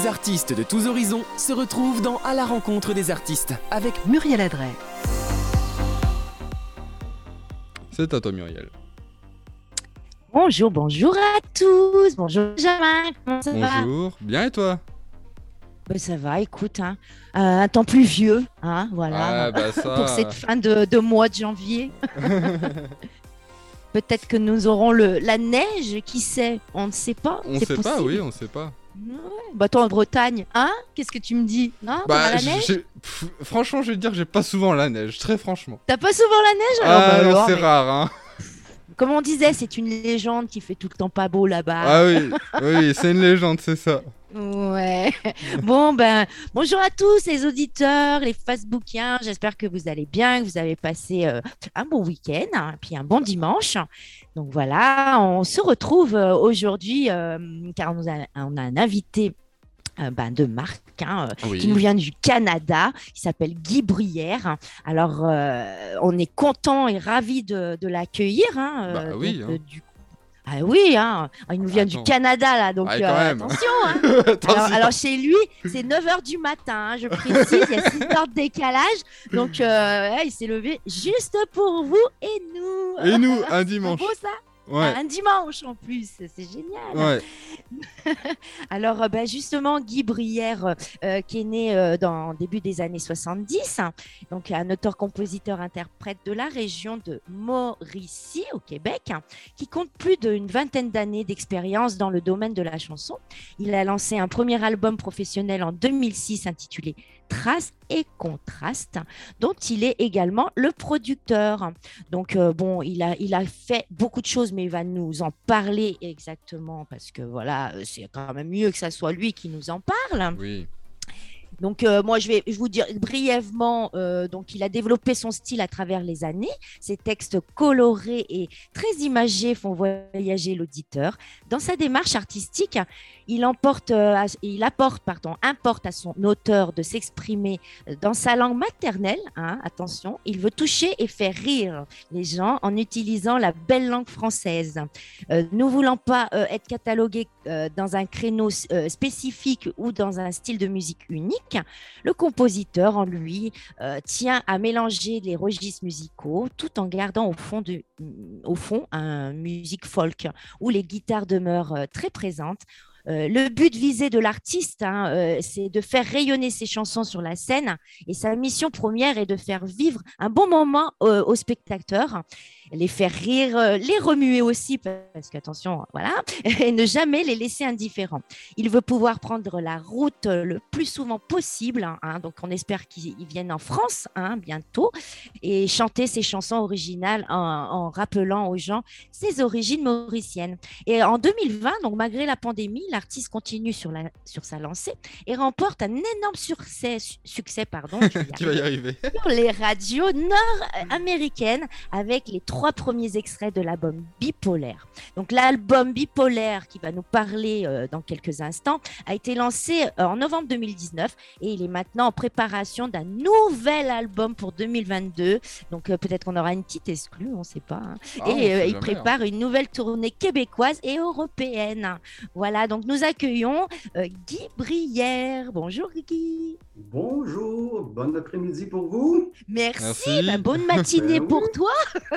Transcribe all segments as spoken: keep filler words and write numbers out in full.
Des artistes de tous horizons se retrouvent dans À la rencontre des artistes avec Muriel Adret. C'est à toi, Muriel. Bonjour, bonjour à tous. Bonjour Benjamin, comment ça va? Bonjour, bien et toi? Ben, ça va, écoute, hein, euh, un temps pluvieux, hein, voilà, Ah, bah ça... pour cette fin de, de mois de janvier. Peut-être que nous aurons le, la neige, qui sait? On ne sait pas. On ne c'est sait pas, possible. oui, on ne sait pas. Ouais. Bah toi en Bretagne, hein? Qu'est-ce que tu me dis? Non, t'as Bah, la neige? j'ai- pff, franchement, je vais te dire que j'ai pas souvent la neige, très franchement. T'as pas souvent la neige? Ah, bah, alors, alors, c'est mais rare, hein. comme on disait, c'est une légende qui fait tout le temps pas beau là-bas. Ah oui, oui, c'est une légende, c'est ça. Ouais. Bon, ben, bonjour à tous les auditeurs, les Facebookiens. J'espère que vous allez bien, que vous avez passé euh, un bon week-end, hein, puis un bon dimanche. Donc voilà, on se retrouve euh, aujourd'hui euh, car on a, on a un invité euh, ben, de marque hein, euh, Oui. qui nous vient du Canada. Il s'appelle Guy Bruyère. Alors, euh, on est content et ravi de, de l'accueillir. Hein, euh, Bah oui, donc, hein. euh, du Ah oui, hein. Il nous vient Attends. du Canada, là, donc Ouais, quand euh, même. attention. Hein. Attention. Alors, alors, chez lui, c'est neuf heures du matin, hein, je précise, il y a six heures de décalage. Donc, euh, ouais, il s'est levé juste pour vous et nous. Et nous, un C'est dimanche. beau, ça? Ouais, Un dimanche en plus, c'est génial. ouais. Alors, euh, bah, justement, Guy Bruyère, euh, qui est né euh, dans début des années soixante-dix, hein, donc un auteur-compositeur-interprète de la région de Mauricie, au Québec, hein, qui compte plus d'une vingtaine d'années d'expérience dans le domaine de la chanson. Il a lancé un premier album professionnel en deux mille six intitulé Traces et Contrastes, dont il est également le producteur. Donc, euh, bon, il a, il a fait beaucoup de choses, mais il va nous en parler exactement parce que voilà, c'est quand même mieux que ça soit lui qui nous en parle. Oui. Donc, euh, moi, je vais je vous dire brièvement, euh, donc, il a développé son style à travers les années. Ses textes colorés et très imagés font voyager l'auditeur. Dans sa démarche artistique, il, emporte, euh, à- il apporte, pardon, importe à son auteur de s'exprimer dans sa langue maternelle. Hein, attention, il veut toucher et faire rire les gens en utilisant la belle langue française. Euh, ne voulant pas euh, être catalogué euh, dans un créneau euh, spécifique ou dans un style de musique unique, le compositeur en lui euh, tient à mélanger les registres musicaux tout en gardant au fond, de, au fond un musique folk où les guitares demeurent euh, très présentes. Euh, le but visé de l'artiste, hein, euh, c'est de faire rayonner ses chansons sur la scène et sa mission première est de faire vivre un bon moment euh, aux spectateurs, les faire rire, euh, les remuer aussi, parce qu'attention, voilà, et ne jamais les laisser indifférents. Il veut pouvoir prendre la route le plus souvent possible, hein, donc on espère qu'il vienne en France hein, bientôt, et chanter ses chansons originales en, en rappelant aux gens ses origines mauriciennes. Et en deux mille vingt, donc malgré la pandémie, l'artiste continue sur, la, sur sa lancée et remporte un énorme succès, succès pardon, je vais y Tu vas y arriver, arriver. sur les radios nord-américaines avec les trois premiers extraits de l'album Bipolaire. Donc l'album Bipolaire, qui va nous parler euh, dans quelques instants, a été lancé euh, en novembre deux mille dix-neuf et il est maintenant en préparation d'un nouvel album pour deux mille vingt-deux. Donc euh, peut-être qu'on aura une petite exclue, on ne sait pas. Hein. Ah, on et sait euh, il jamais, prépare une nouvelle tournée québécoise et européenne. Voilà, donc nous accueillons euh, Guy Bruyère. Bonjour Guy. Bonjour, bon après-midi pour vous. Merci, Merci. bah, bonne matinée Ben pour oui. toi.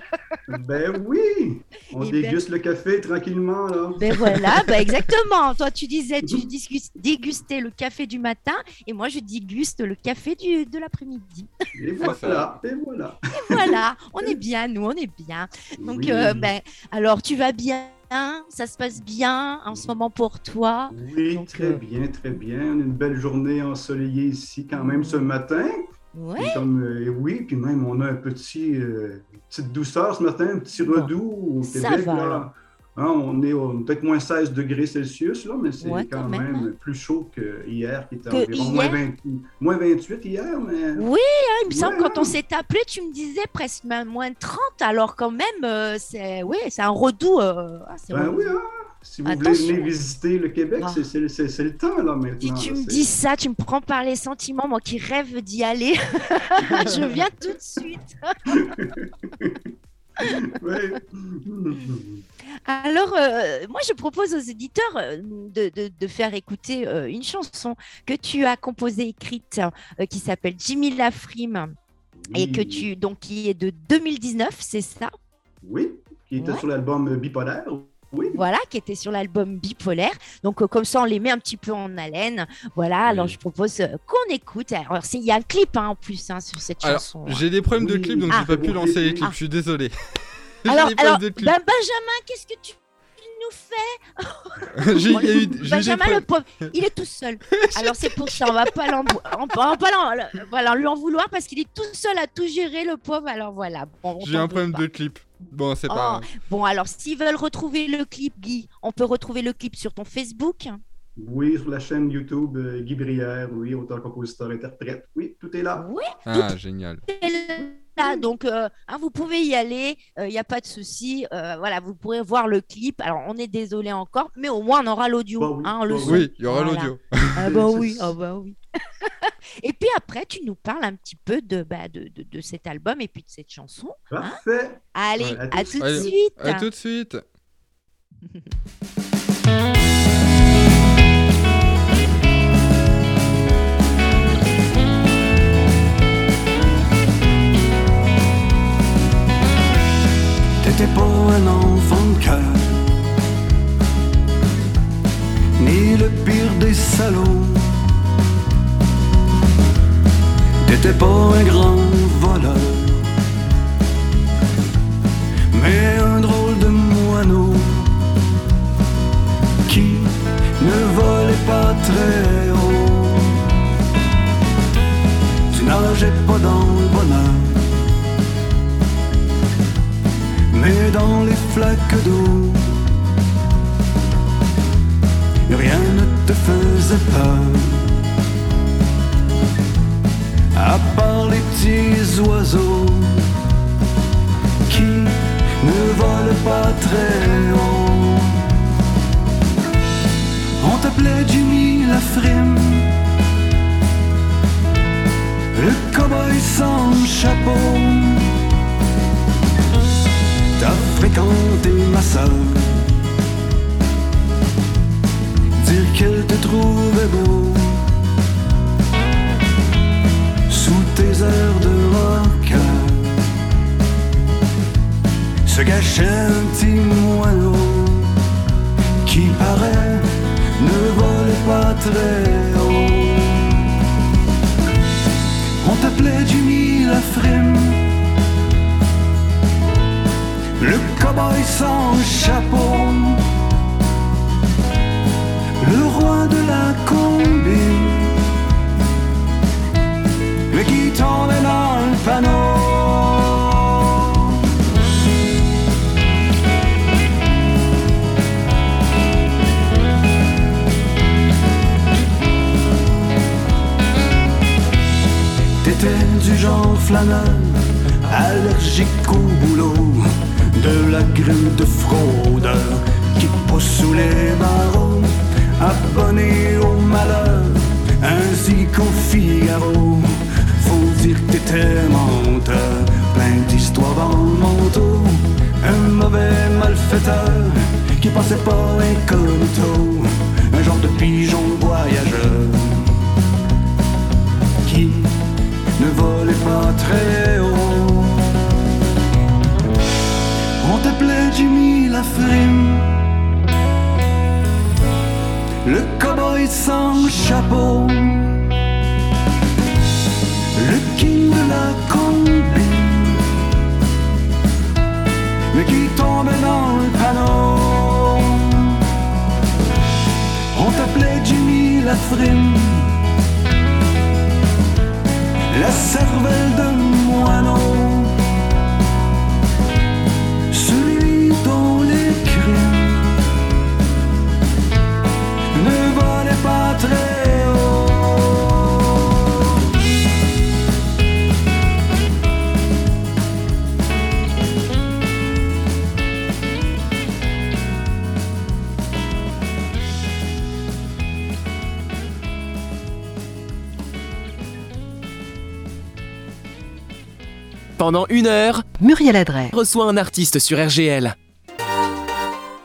Ben oui, on Eh ben- déguste le café tranquillement là. Ben voilà, bah exactement. Toi, tu disais, tu disgus- dégustais le café du matin et moi, je déguste le café du, de l'après-midi. Et voilà, et voilà. Et voilà, on est bien, nous, on est bien. Donc, Oui. euh, ben, alors, tu vas bien? Ça se passe bien en ce moment pour toi? Oui, donc, très euh, bien, très bien. On a une belle journée ensoleillée ici quand même ce matin. Ouais. Et comme, euh, oui, puis même on a un petit, euh, une petite douceur ce matin, un petit Bon, redoux au ça Québec. va, là. alors. Hein, on est au- peut-être moins seize degrés Celsius, là, mais c'est Ouais, quand, quand même, même, plus chaud qu'hier, qui était Que environ moins, hier? vingt, moins vingt-huit hier. Mais... Oui, hein, il me semble Ouais. quand on s'est appelé, tu me disais presque même moins de trente, alors quand même, euh, c'est oui, c'est un redout. euh, ah, c'est Ben redout. oui, hein. Si vous voulez Attention. venir visiter le Québec, Ah. c'est- c'est c'est- c'est le temps là Si maintenant. tu là, me c'est- dis ça, tu me prends par les sentiments, moi qui rêve d'y aller. Je viens tout de suite. Ouais. Alors, euh, moi, je propose aux éditeurs euh, de, de- de faire écouter euh, une chanson que tu as composée, écrite, euh, qui s'appelle Jimmy Lafrime et que Oui. tu, donc, qui est de deux mille dix-neuf, c'est ça? Oui, qui était Ouais. sur l'album euh, Bipolaire. Oui. Voilà, qui était sur l'album Bipolaire. Donc, euh, comme ça, on les met un petit peu en haleine. Voilà, alors Oui. je propose euh, qu'on écoute. Alors, c'est- il y a le clip hein, en plus hein, sur cette Alors, chanson. j'ai des problèmes de Oui. clip, donc Ah. j'ai pas pu Bon, lancer les oui. clips, Ah. je suis désolé. J'ai Alors, des problèmes alors de clip. ben, Benjamin, qu'est-ce que tu nous fais? J'ai il y a eu- j'ai eu des Benjamin, le problèmes. pauvre, il est tout seul. Alors c'est pour ça, on va pas l'en, on va pas l'en- voilà, lui en vouloir parce qu'il est tout seul à tout gérer, le pauvre. Alors voilà. Bon, on J'ai t'en un veut problème pas. de clip. Bon, c'est Oh, pas grave. bon, alors s'ils veulent retrouver le clip, Guy, on peut retrouver le clip sur ton Facebook. Oui, sur la chaîne YouTube euh, Guy Brière, oui, auteur, compositeur, interprète. Oui, tout est là. Oui, Ah, génial. là, donc euh, hein, vous pouvez y aller, il n'y a pas de souci. Euh, voilà, vous pourrez voir le clip. Alors on est désolé encore, mais au moins on aura l'audio, Bah oui, hein, le bah son. Oui, il y aura Voilà. l'audio. Ah bah C'est- oui, c'est- ah bah oui. Et puis après, tu nous parles un petit peu de, bah, de, de, de cet album et puis de cette chanson. Parfait. Allez, Ouais, à, à tout tout de Allez, suite. À tout de suite. T'étais pas un enfant de cœur, ni le pire des salauds. T'étais pas un grand voleur, mais un drôle de moineau qui ne volait pas très haut. Tu nageais pas dans le bonheur, mais dans les flaques d'eau. Rien ne te faisait peur, à part les petits oiseaux qui ne volent pas très haut. On t'appelait Jimmy Lafrime, le cow-boy sans chapeau. T'as fréquenté ma sœur, dire qu'elle te trouvait beau. Sous tes airs de rocker se cachait un petit moineau qui paraît ne volait pas très haut. On t'appelait Jimmy Lafrime, le cow-boy sans chapeau, le roi de la combi, le qui tombait dans le panneau. T'étais du genre flâneur, allergique au boulot, de la grue de fraudeur qui pousse sous les barreaux, abonné au malheur ainsi qu'au Figaro. Faut dire que t'étais menteur, plein d'histoires dans le manteau, un mauvais malfaiteur qui passait pas incognito, un genre de pigeon voyageur qui ne volait pas très haut. On t'appelait Jimmy Lafrime, le cow-boy sans chapeau, le king de la combi, le qui tombait dans le panneau. On t'appelait Jimmy Lafrime, la cervelle de moineau, celui dont les crimes ne volaient pas très haut. Pendant une heure, Muriel Adret. reçoit un artiste sur R G L.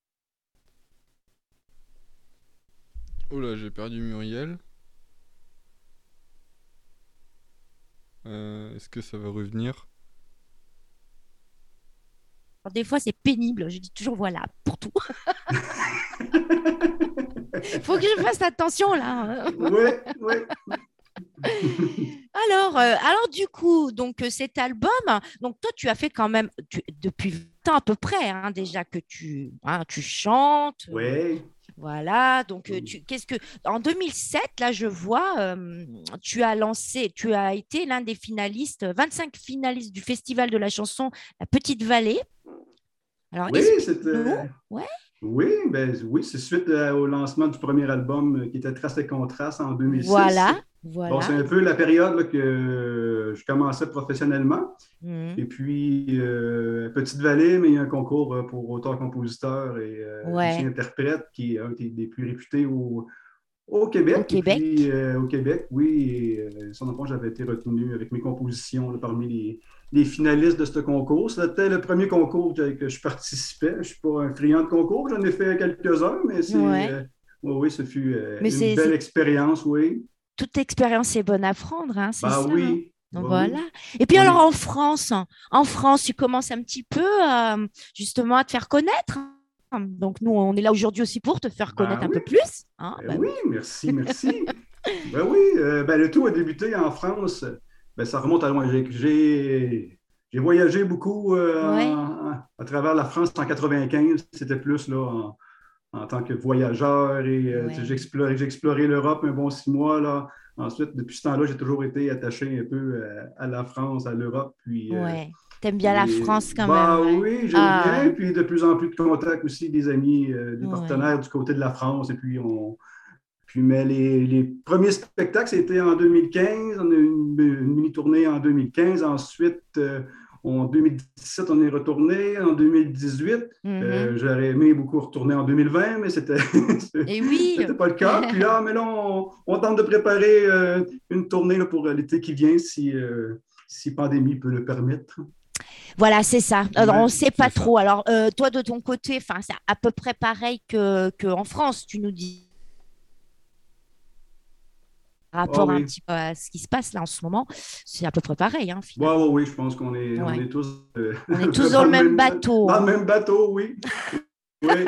Oh là, j'ai perdu Muriel. Euh, est-ce que ça va revenir? Alors, des fois, c'est pénible. Je dis toujours voilà pour tout. Faut que je fasse attention là. Oui, oui. Alors, euh, alors du coup, donc euh, cet album, donc toi, tu as fait quand même tu- depuis vingt ans à peu près hein, déjà que tu, hein, tu chantes. euh, Oui. Voilà, donc euh, tu, qu'est-ce que en deux mille sept, là, je vois, euh, tu as lancé, tu as été l'un des finalistes, vingt-cinq finalistes du Festival de la chanson La Petite Vallée. Alors, Oui, explique-nous. c'était. Ouais, Oui, ben, oui, c'est suite euh, au lancement du premier album euh, qui était Traces et Contrastes en deux mille six. voilà, Bon, voilà. c'est un peu la période là, que je commençais professionnellement. Mhm. Et puis, euh, Petite Vallée, mais il y a un concours euh, pour auteurs-compositeurs et euh, Ouais, interprètes qui est un des, des plus réputés au, au au Québec. Et Québec. puis, euh, au Québec, oui, et, euh, sans doute, j'avais été retenu avec mes compositions là, parmi les, les finalistes de ce concours. C'était le premier concours que, que je participais. Je ne suis pas un friand de concours, j'en ai fait quelques-uns, mais c'est, Ouais. euh, oui, oui, ce fut euh, Mais une c'est, belle c'est- expérience, oui. toute expérience est bonne à prendre, hein, c'est Ben ça, hein. oui, Donc, ben voilà. oui, Et puis alors oui. en France, hein, en France, tu commences un petit peu euh, justement à te faire connaître, hein. Donc nous, on est là aujourd'hui aussi pour te faire connaître Ben un oui, peu plus, hein. ben Bah oui, oui. merci, merci. Ben oui, euh, ben le tout a débuté en France. Ben ça remonte à loin. J'ai, j'ai, j'ai voyagé beaucoup euh, Ouais, en- à travers la France en quatre-vingt-quinze. C'était plus là en, en tant que voyageur et euh, tu sais, j'ai ouais, exploré, j'ai exploré l'Europe un bon six mois là. Ensuite, depuis ce temps-là, j'ai toujours été attaché un peu euh, à la France, à l'Europe. Puis, euh, ouais. T'aimes bien la et, France quand même, bah ouais. oui, j'aime bien. Ah, Puis de plus en plus de contacts aussi, des amis, euh, des ouais. partenaires du côté de la France. Et puis on, puis, mais les, les premiers spectacles, c'était en deux mille quinze. On a eu une, une mini-tournée en deux mille quinze. Ensuite, euh, en deux mille dix-sept, on est retourné. En deux mille dix-huit, Mhm. euh, j'aurais aimé beaucoup retourner en deux mille vingt, mais c'était Et oui, c'était pas le cas. Puis là, mais là, on, on tente de préparer euh, une tournée là, pour l'été qui vient, si, euh, si pandémie peut le permettre. voilà, c'est ça. Alors, on ne Ouais. sait C'est pas ça. trop. Alors, euh, toi, de ton côté, enfin, c'est à peu près pareil que, que en France, tu nous dis. Par Ah rapport un oui. petit peu à ce qui se passe là en ce moment, c'est à peu près pareil, hein, Ouais, finalement. ouais, oui, je pense qu'on est, on Ouais. est tous euh, On est tous dans dans le le même même, bateau, dans le hein. même bateau, oui. Oui.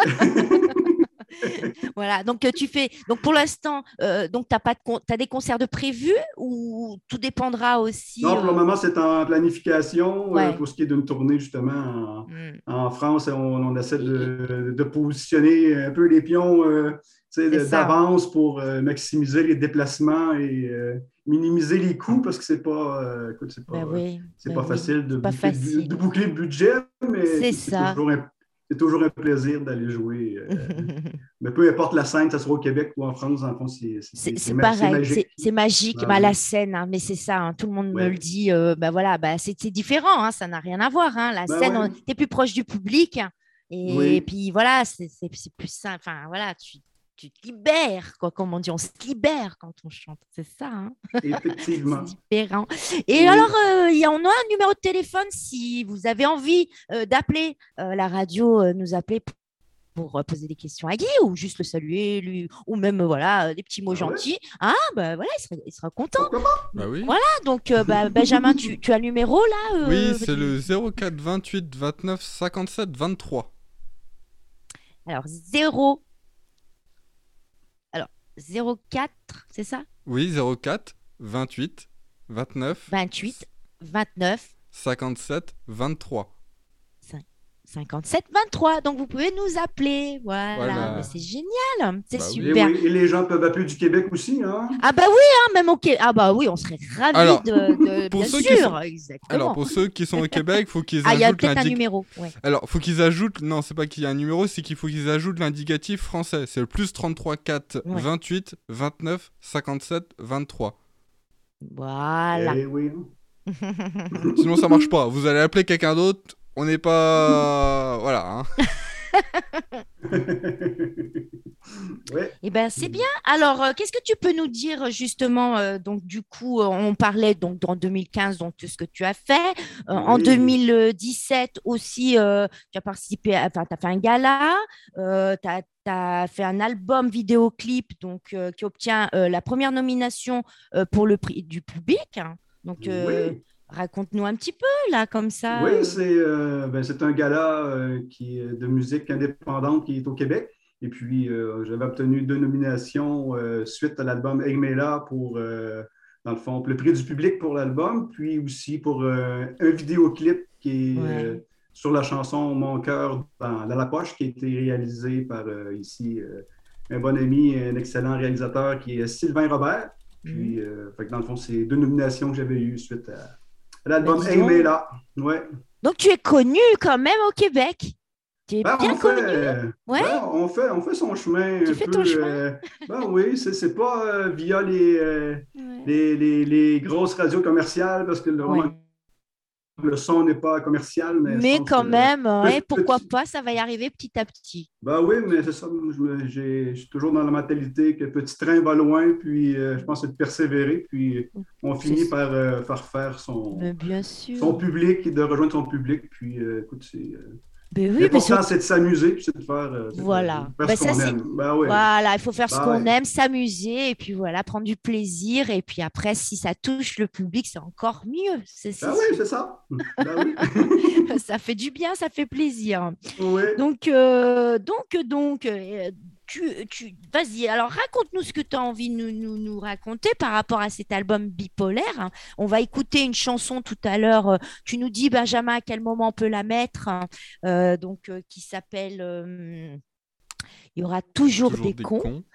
Voilà. Donc, euh, tu fais. Donc, pour l'instant, euh, donc, tu as pas de con... t'as des concerts de prévus ou tout dépendra aussi. Non, pour le euh, moment, c'est en planification euh, Ouais. pour ce qui est d'une tournée, justement, Hmm. en, en France. On, on essaie Et- et- de, de positionner un peu les pions euh, tu sais, C'est de- ça. d'avance pour euh, maximiser les déplacements et euh, minimiser les coûts parce que c'est pas, euh, écoute, c'est pas, Ben oui, c'est ben pas oui. facile de C'est pas boucler, de, facile. de boucler le budget, mais C'est écoute, c'est ça. toujours un, c'est toujours un plaisir d'aller jouer. euh, mais peu importe la scène, que ce soit au Québec ou en France, en fond, c'est c'est- C'est c'est- c'est c'est ma- c'est pareil, c'est magique. c'est magique. Ah Bah, la oui, scène, hein, mais c'est ça, hein, tout le monde me le ouais. dit. Euh, bah, voilà, bah, c'est c'est différent, hein, ça n'a rien à voir, hein. La Ben scène, oui, tu es plus proche du public. Et oui, puis voilà, c'est c'est- c'est plus simple. Enfin, voilà, tu, tu te libères, quoi, comme on dit, on se libère quand on chante. C'est ça, hein. C'est effectivement. différent. Et alors, Oui. euh, il y a, on a un numéro de téléphone si vous avez envie euh, d'appeler euh, la radio, euh, nous appeler pour pour euh, poser des questions à Guy ou juste le saluer, lui, ou même euh, voilà, euh, des petits mots Ah ouais? gentils. Ah, bah voilà, il sera, il sera content. Pourquoi pas? Bah oui. Voilà, donc euh, bah, Benjamin, tu, tu as le numéro là Oui, euh, c'est du- le zéro quatre vingt-huit vingt-neuf cinquante-sept vingt-trois. Alors, zéro. Alors, zéro quatre, c'est ça? Oui, zéro quatre vingt-huit vingt-neuf vingt-huit, vingt-neuf, cinquante-sept vingt-trois. cinquante-sept, vingt-trois. Donc, vous pouvez nous appeler. Voilà, Voilà. mais c'est génial, c'est Bah oui. Et, super. oui, et les gens peuvent appeler du Québec aussi, hein? Ah bah oui, hein, même au Québec. Ah bah oui, on serait ravis Alors, de, de- pour bien ceux qui sûr, sont- exactement. Alors, pour ceux qui sont au Québec, faut qu'ils Ah, il y a ajoutent peut-être un l'indic- numéro. Ouais. Alors, faut qu'ils ajoutent. Non, c'est pas qu'il y a un numéro, c'est qu'il faut qu'ils ajoutent l'indicatif français. C'est le plus trente-trois quatre Ouais. vingt-huit vingt-neuf cinquante-sept vingt-trois. Voilà. Eh oui. hein. Sinon, ça marche pas. Vous allez appeler quelqu'un d'autre. On n'est pas. Voilà. hein. Ouais. Eh ben, c'est bien. Alors, euh, qu'est-ce que tu peux nous dire justement euh, donc du coup, euh, on parlait donc en deux mille quinze donc de ce que tu as fait. Euh, En Oui. deux mille dix-sept aussi, euh, tu as participé, à- enfin, tu as fait un gala, euh, tu as fait un album vidéoclip donc euh, qui obtient euh, la première nomination euh, pour le prix du public. Donc, euh, Oui. raconte-nous un petit peu là, comme ça. Oui, euh. c'est euh, ben, c'est un gala euh, qui est de musique indépendante qui est au Québec. Et puis, euh, j'avais obtenu deux nominations euh, suite à l'album Egmela pour, euh, dans le fond, le prix du public pour l'album, puis aussi pour euh, un vidéoclip qui est euh, Ouais. sur la chanson Mon cœur dans, dans la poche, qui a été réalisé par euh, ici euh, un bon ami, un excellent réalisateur qui est Sylvain Robert. Mhm. Puis, euh, fait que dans le fond, c'est deux nominations que j'avais eues suite à Ben, l'album dis Hey donc. là. Ouais. Donc, tu es connu quand même au Québec. Tu es Ben, bien on connu. fait, Ouais, ben, on fait, on fait son chemin tu un fais peu. ton chemin. euh, ben oui, c'est c'est pas euh, via les, euh, Ouais. les, les- les grosses radios commerciales, parce que le, vraiment, Ouais. le son n'est pas commercial, mais je Mais pense quand que. même, ouais, Petit, pourquoi petit- pas, ça va y arriver petit à petit. ben oui, mais c'est ça. Moi, je, me- j'ai- je suis toujours dans la mentalité que petit train va loin, puis euh, je pense que c'est de persévérer, puis on C'est finit par euh, faire faire son, mais bien son sûr. public et de rejoindre son public. Puis euh, écoute, c'est. euh, Ben oui, mais L'important, surtout, c'est de s'amuser, puis c'est de faire, euh, c'est de voilà. faire Ben ce ça, qu'on c'est. aime. Ben oui. Voilà, il faut faire ce Ben qu'on ouais. aime, s'amuser, et puis voilà, prendre du plaisir. Et puis après, si ça touche le public, c'est encore mieux. C'est c'est Ben oui, sûr. c'est ça. Ben oui. Ça fait du bien, ça fait plaisir. Oui. Donc, euh, donc, donc, euh, tu, tu, vas-y. Alors, raconte-nous ce que tu as envie de nous, nous, nous raconter par rapport à cet album bipolaire. On va écouter une chanson tout à l'heure. Euh, Tu nous dis, Benjamin, à quel moment on peut la mettre, hein, euh, donc, euh, qui s'appelle euh, Il y aura toujours Toujours des des cons. cons.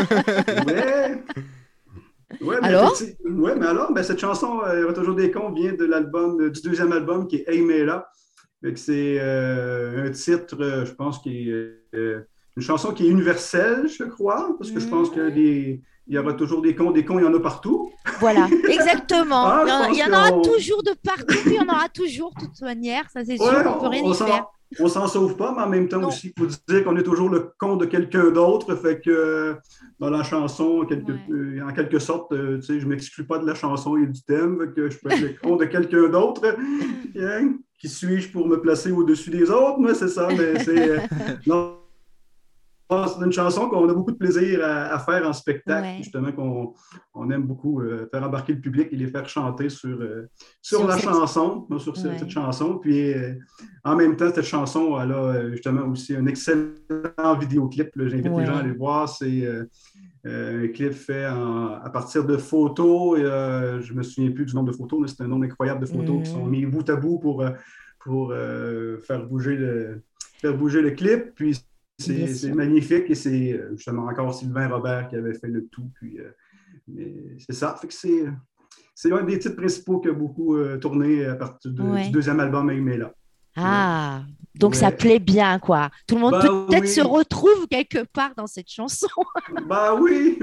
Ouais. Ouais, mais Alors? effectivement. Ouais, mais alors, ben, cette chanson, euh, Il y aura toujours des cons, vient de l'album, euh, du deuxième album qui est Hey mais là. Fait que c'est euh, un titre, euh, je pense, qui est euh, une chanson qui est universelle, je crois, parce que je pense que Mhm. des- il y aura toujours des cons, des cons, il y en a partout. Voilà, exactement. Ah, Il y je en, il pense y en aura qu'on. toujours de partout, puis il y en aura toujours, de toute manière. Ça, c'est sûr, Ouais, on peut rien on, on y faire. s'en, on s'en sauve pas, mais en même temps Non. aussi, il faut dire qu'on est toujours le con de quelqu'un d'autre. Fait que euh, dans la chanson, en quelque, Ouais. euh, en quelque sorte, euh, tu sais, je ne m'exclus pas de la chanson et du thème. Fait que je peux être le con de quelqu'un d'autre. Hein? Qui suis-je pour me placer au-dessus des autres? Moi, c'est ça, mais c'est. euh, non, c'est une chanson qu'on a beaucoup de plaisir à, à faire en spectacle, Ouais. justement, qu'on on aime beaucoup euh, faire embarquer le public et les faire chanter sur, euh, sur, Sur la cette- chanson, non, sur ce- Ouais. cette chanson. Puis euh, en même temps, cette chanson, elle a euh, justement aussi un excellent vidéoclip. Là. J'invite Ouais. les gens à aller voir. C'est euh, euh, un clip fait en- à partir de photos. Et, euh, je ne me souviens plus du nombre de photos, mais c'est un nombre incroyable de photos Mhm. qui sont mis bout à bout pour, euh, pour euh, faire, bouger le, faire bouger le clip. Puis Bien c'est c'est sûr. magnifique et c'est euh, justement encore Sylvain Robert qui avait fait le tout. Puis, euh, mais c'est ça. Fait que c'est, c'est un des titres principaux qui a beaucoup euh, tourné à partir de- Ouais. du deuxième album Aimé là. Ah, donc ça Ouais. plaît bien, quoi. Tout le monde Bah peut-être oui. se retrouve quelque part dans cette chanson. Ben oui!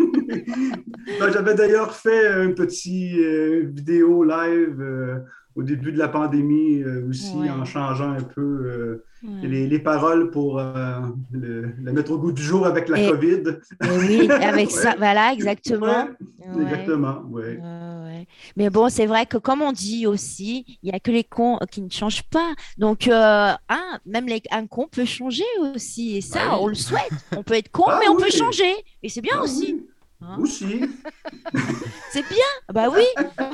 Ben, j'avais d'ailleurs fait un petit euh, vidéo live euh, au début de la pandémie euh, aussi, Ouais. en changeant un peu euh, Ouais. les, les paroles pour euh, le, la mettre au goût du jour avec la Et- COVID. Et oui, avec Ouais. ça, voilà, exactement. Ouais, Ouais. exactement, oui. Ouais, ouais. Mais bon, c'est vrai que comme on dit aussi, il n'y a que les cons qui ne changent pas. Donc, euh, hein, même les, un con peut changer aussi. Et ça, Bah oui. on le souhaite. On peut être con, Ah mais on oui. peut changer. Et c'est bien Ah aussi. oui, Hein. aussi. C'est bien. Bah oui.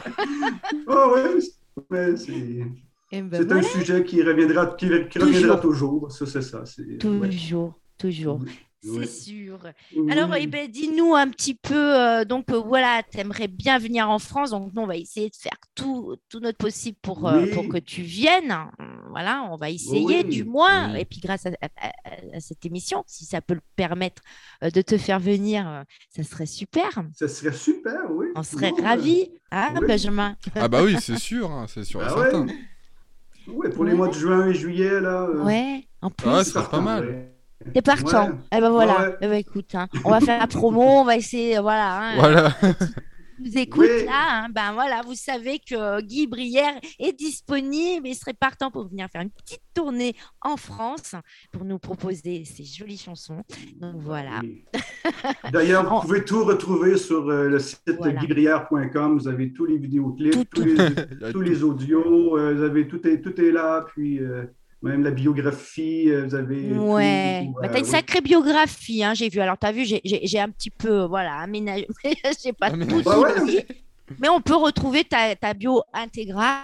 Ah oui, mais c'est Et ben c'est un voilà. sujet qui reviendra, qui, qui reviendra toujours. Ça, c'est ça. C'est, ouais. Toujours, toujours. C'est Oui. sûr. Oui. Alors, eh ben, dis-nous un petit peu, euh, donc euh, voilà, tu aimerais bien venir en France, donc nous, on va essayer de faire tout, tout notre possible pour, euh, Oui. pour que tu viennes. Voilà, on va essayer Oui. du moins, Oui. et puis grâce à, à- à- à cette émission, si ça peut le permettre euh, de te faire venir, euh, ça serait super. Ça serait super, oui. On serait Non, ravis, hein, oui. Benjamin? Ah bah oui, c'est sûr, hein, c'est sûr et Ah certain. ouais. Oui, pour les Ouais. mois de juin et juillet, là. euh, Ouais, en plus, Ah, c'est ce serait pas partant, mal. ouais. t'es partant. Ouais. Eh ben voilà, Ouais. eh ben, écoute, hein, on va faire la promo, on va essayer, voilà. hein, Voilà. nous écoute Oui. là, hein, ben voilà, vous savez que Guy Brière est disponible et serait partant pour venir faire une petite tournée en France pour nous proposer ces jolies chansons. Donc voilà. Oui. D'ailleurs, vous On- pouvez tout retrouver sur euh, le site Voilà. guy brière point com. Vous avez tous les vidéoclips, Tout, tous, tout. les, Il y a tous tout. les audios, euh, vous avez tout est, tout est là, puis euh, même la biographie, euh, vous avez tout- Ouais, tout, bah, euh, t'as une oui. sacrée biographie, hein, j'ai vu. Alors, t'as vu, j'ai- j'ai j'ai un petit peu, voilà, aménagé, j'ai pas tout Aménagé. Bah ouais, dit, mais on peut retrouver ta, ta bio intégrale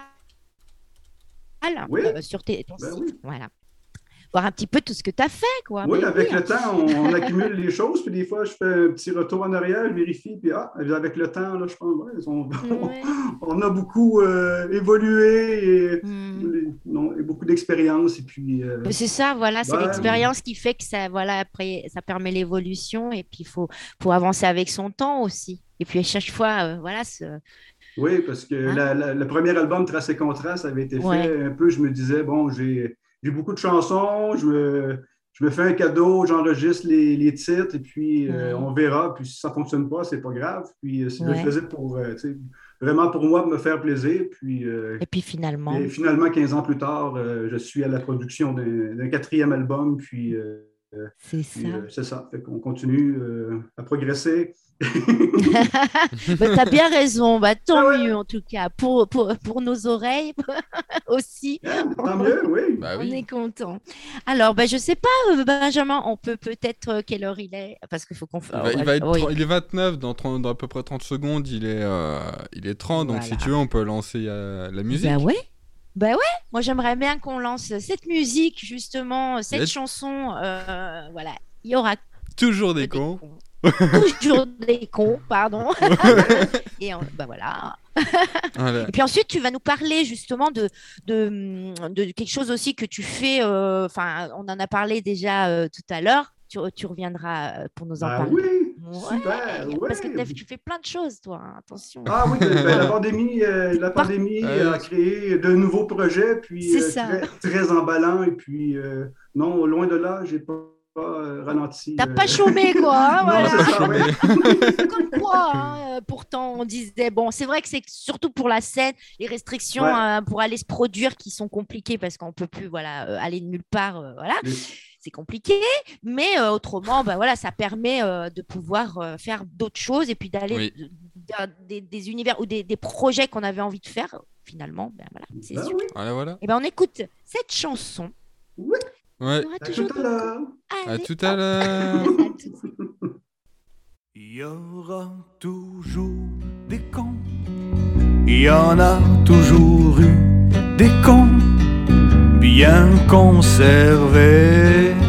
Oui. euh, sur tes- ton Ben site, oui. voilà. Voir un petit peu tout ce que tu as fait, quoi. Oui, Mais avec oui, le hein. temps, on, on accumule les choses, puis des fois, je fais un petit retour en arrière, je vérifie, puis ah, avec le temps, là, je pense, ouais, on, Ouais. on a beaucoup euh, évolué et, Hmm. les- non, et beaucoup d'expérience, et puis euh, Mais c'est ça, voilà, c'est Ouais. l'expérience qui fait que ça, voilà, après, ça permet l'évolution et puis il faut, faut avancer avec son temps aussi. Et puis à chaque fois, euh, voilà, ce... oui, parce que Hein? la- la- le premier album, Traces et Contrastes, avait été fait Ouais. un peu, je me disais, bon, j'ai j'ai beaucoup de chansons, je me, je me fais un cadeau, j'enregistre les, les titres, et puis euh, Ouais. on verra, puis si ça ne fonctionne pas, c'est pas grave. Puis euh, c'est- je le Ouais. faisais pour, euh, tu sais, vraiment pour moi, pour me faire plaisir, puis euh, Et puis finalement, et finalement, quinze ans plus tard, euh, je suis à la production d'un d'un quatrième album, puis, euh, c'est puis, ça. euh, c'est ça. Fait qu'on continue euh, à progresser. Bah, t'as bien raison, bah, tant Ah ouais. mieux en tout cas, pour, pour, pour nos oreilles aussi. Ah, tant mieux, oui. Bah On oui. est content. Alors, bah, je sais pas, euh, Benjamin, on peut peut-être euh, quelle heure il est parce qu'il faut qu'on Il, va, il ouais, va être oui. trente il est vingt-neuf, dans, trente dans à peu près trente secondes, il est, euh, il est trente, donc si Voilà. tu veux, on peut lancer euh, la musique. Bah ouais. Bah ouais. Moi, j'aimerais bien qu'on lance cette musique, justement, cette Let's- chanson. euh, voilà. Il y aura Toujours que des cons. Toujours des cons, pardon. Et on- bah voilà. Voilà. Et puis ensuite, tu vas nous parler justement de, de, de quelque chose aussi que tu fais. euh, Enfin, on en a parlé déjà euh, tout à l'heure. Tu, tu reviendras euh, pour nous en Ah parler. oui, Ouais, super, ouais. Parce que t'as- tu fais plein de choses, toi. hein, Attention. Ah oui, ben, ben, la pandémie, euh, la Par- pandémie Euh, a créé de nouveaux projets, puis C'est euh, ça. très, très emballants, et puis euh, non, loin de là, j'ai pas, pas euh, ralenti. T'as euh. pas chômé, quoi. hein, Non, voilà. c'est ça, ouais. Comme quoi, hein, euh, pourtant, on disait, bon, c'est vrai que c'est surtout pour la scène, les restrictions Ouais. euh, pour aller se produire qui sont compliquées parce qu'on peut plus voilà, euh, aller nulle part. euh, voilà. Les- C'est compliqué, mais euh, autrement, bah, voilà, ça permet euh, de pouvoir euh, faire d'autres choses et puis d'aller Oui. d- vers des, des univers ou des, des projets qu'on avait envie de faire. Finalement, ben, voilà, c'est Ben sûr. oui, Voilà, voilà. Et ben, on écoute cette chanson. oui, Ouais. Il y aura à toujours tout à des- l'heure. À Allez, tout à hop. l'heure. À tout de suite. Il y aura toujours des cons. Il y en a toujours eu des cons bien conservés,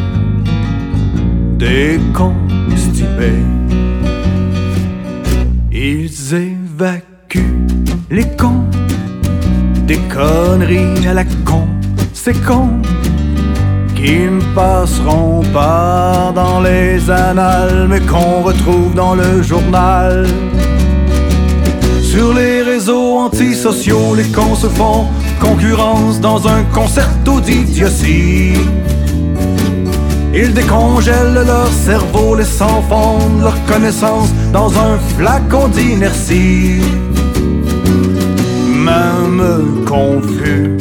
des constipés. Ils évacuent les cons, des conneries à la con, ces cons qui ne passeront pas dans les annales, mais qu'on retrouve dans le journal. Sur les réseaux antisociaux, les cons se font concurrence dans un concerto d'idiotie. Ils décongèlent leur cerveau, laissant fondre leur connaissance dans un flacon d'inertie. Même confus,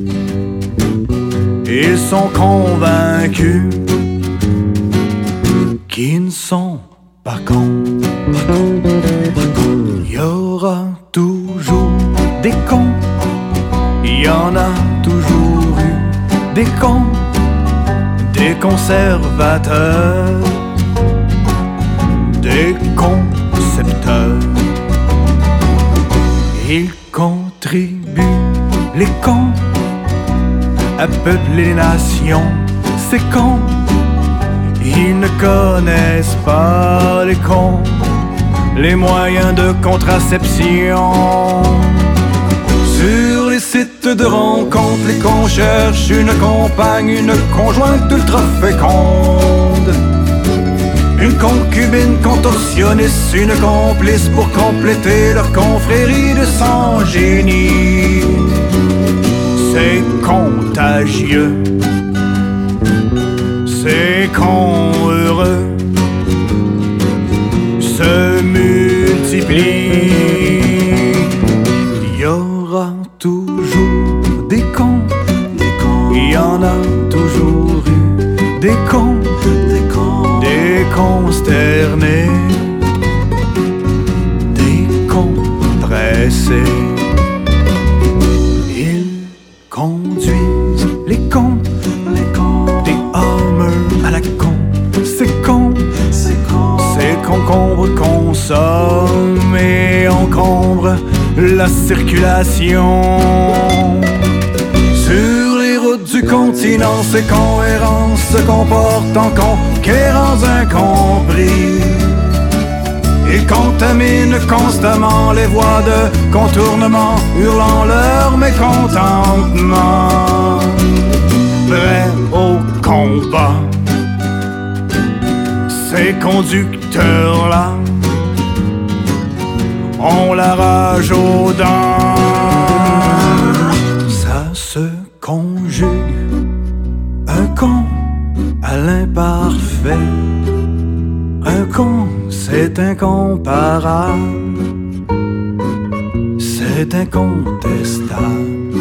ils sont convaincus qu'ils ne sont pas cons. Il y aura toujours des cons, il y en a toujours eu des cons, des conservateurs, des concepteurs. Ils contribuent, les cons, à peupler les nations, ces cons. Ils ne connaissent pas, les cons, les moyens de contraception. Sur les sites de rencontres, les cons cherchent une compagne, une conjointe ultra féconde, une concubine contorsionniste, une complice pour compléter leur confrérie de sang génie. C'est contagieux, ces cons heureux se multiplient. toujours des cons, des cons. Il y en a toujours eu des cons, des cons, des consternés, des cons pressés. Ils conduisent les cons, les cons, des Hummers à la con. C'est con, c'est con, c'est concombre consomme et encombre la circulation. Sur les routes du continent, ces cons errants se comportent en conquérants incompris et contaminent constamment les voies de contournement, hurlant leur mécontentement. Prêts au combat, ces conducteurs-là ont la rage aux dents. Ça se conjugue, un con à l'imparfait. Un con, c'est incomparable, c'est incontestable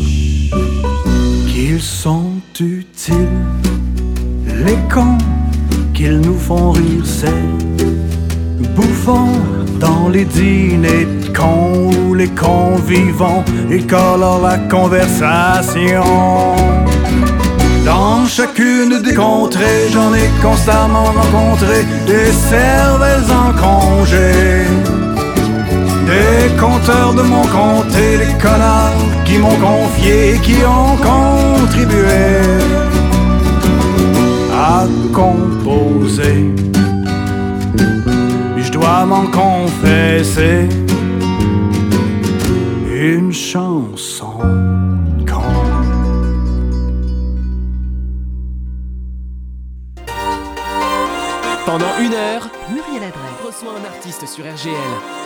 qu'ils sont utiles, les cons qu'ils nous font rire, c'est bouffons dans les dîners de cons où les cons vivants écolorent la conversation. Dans chacune des contrées, j'en ai constamment rencontré des cervelles en congé, des compteurs de mon comté, des connards qui m'ont confié et qui ont contribué à composer. Je dois m'en confesser une chanson con. Pendant une heure, Muriel Adret reçoit un artiste sur R G L.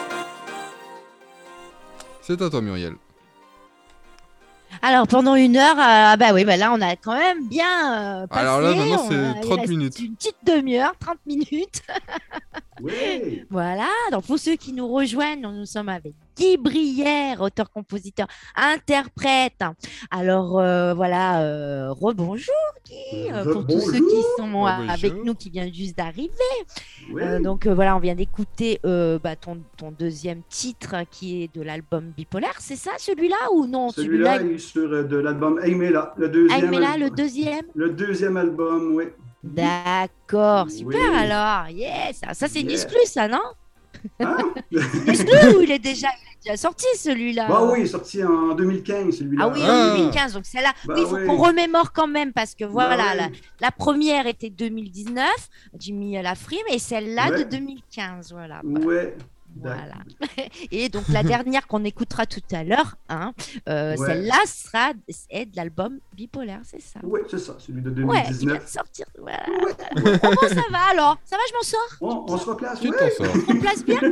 C'est à toi, Muriel. Alors, pendant une heure, euh, bah oui, bah là, on a quand même bien euh, passé. Alors là, maintenant, On c'est a- il trente reste minutes. Une petite demi-heure, trente minutes. Oui. Voilà, donc pour ceux qui nous rejoignent, nous sommes avec Guy Brière, auteur-compositeur, interprète. Alors euh, voilà, euh, rebonjour Guy, euh, pour tous ceux qui sont euh, Rebonjour. avec nous, qui viennent juste d'arriver. Oui. Euh, donc euh, voilà, on vient d'écouter euh, bah, ton, ton deuxième titre qui est de l'album Bipolaire, c'est ça celui-là ou non? Celui-là est sur euh, de l'album Aimez-la, le deuxième. Aimez-la, le album. deuxième. Le deuxième album, oui. D'accord, super Oui. alors. Yes, ça, ça c'est une Yeah. exclue, ça, non? Hein? Une exclue ou il est déjà, il est déjà sorti celui-là? Bah oui, il est sorti en deux mille quinze, celui-là. Ah oui, Ah. en deux mille quinze, donc celle-là. Bah oui, il faut oui. qu'on remémore quand même parce que voilà, Bah la, oui. la première était deux mille dix-neuf, Jimmy Lafrime, et celle-là Ouais. de deux mille quinze, voilà. Ouais. Voilà. Et donc la dernière qu'on écoutera tout à l'heure, hein, euh, Ouais. celle-là sera est de l'album Bipolaire, c'est ça? Oui, c'est ça, celui de Ouais, qui vient de deux mille dix-neuf. sortir. Voilà. Ouais. Comment ça va alors? Ça va, je m'en sors? On, on se replace, Tu ouais. t'en sors. On me place bien?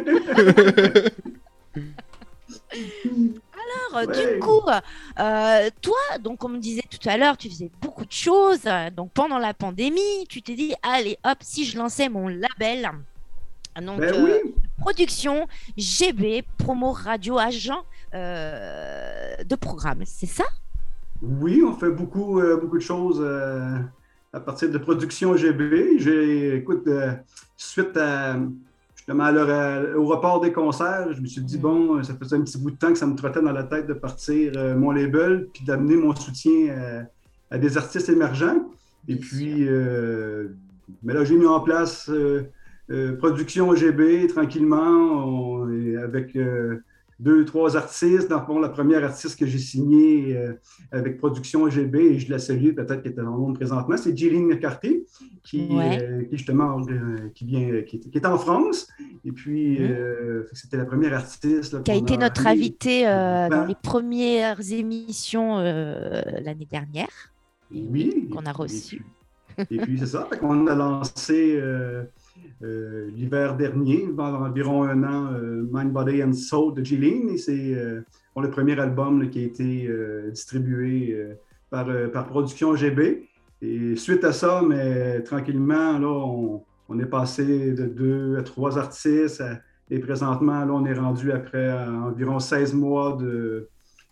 Alors, Ouais. du coup, euh, toi, donc, on me disait tout à l'heure, tu faisais beaucoup de choses. euh, Donc, pendant la pandémie, tu t'es dit, allez, hop, si je lançais mon label. Donc, Ben euh, oui. production G B, promo radio, agent euh, de programme, c'est ça? Oui, on fait beaucoup, euh, beaucoup de choses euh, à partir de production G B. J'ai, écoute, euh, suite à, justement à leur- à- au report des concerts, je me suis dit, bon, ça faisait un petit bout de temps que ça me trottait dans la tête de partir euh, mon label puis d'amener mon soutien euh, à des artistes émergents. Et Bien puis, euh, mais là, j'ai mis en place euh, euh, production G B tranquillement, on est avec euh, deux, trois artistes. Dans le fond, la première artiste que j'ai signée euh, avec production G B, et je la salue, peut-être qu'elle était dans le monde présentement, c'est Jillian McCarthy, qui, Ouais. euh, qui justement euh, qui vient, qui, est- qui est en France. Et puis, Mhm. euh, c'était la première artiste. Là, Qui a qu'on été notre amenée. invité euh, dans Ben, les premières émissions euh, l'année dernière, Oui. qu'on a Et reçu. puis- Et puis, c'est ça. Fait qu'on a lancé euh, euh, l'hiver dernier, pendant environ un an, euh, Mind, Body and Soul de Jillian. Et c'est euh, bon, le premier album là, qui a été euh, distribué euh, par, euh, par Production G B. Et suite à ça, mais tranquillement, là, on, on est passé de deux à trois artistes. À- et présentement, là, on est rendu après euh, environ seize mois de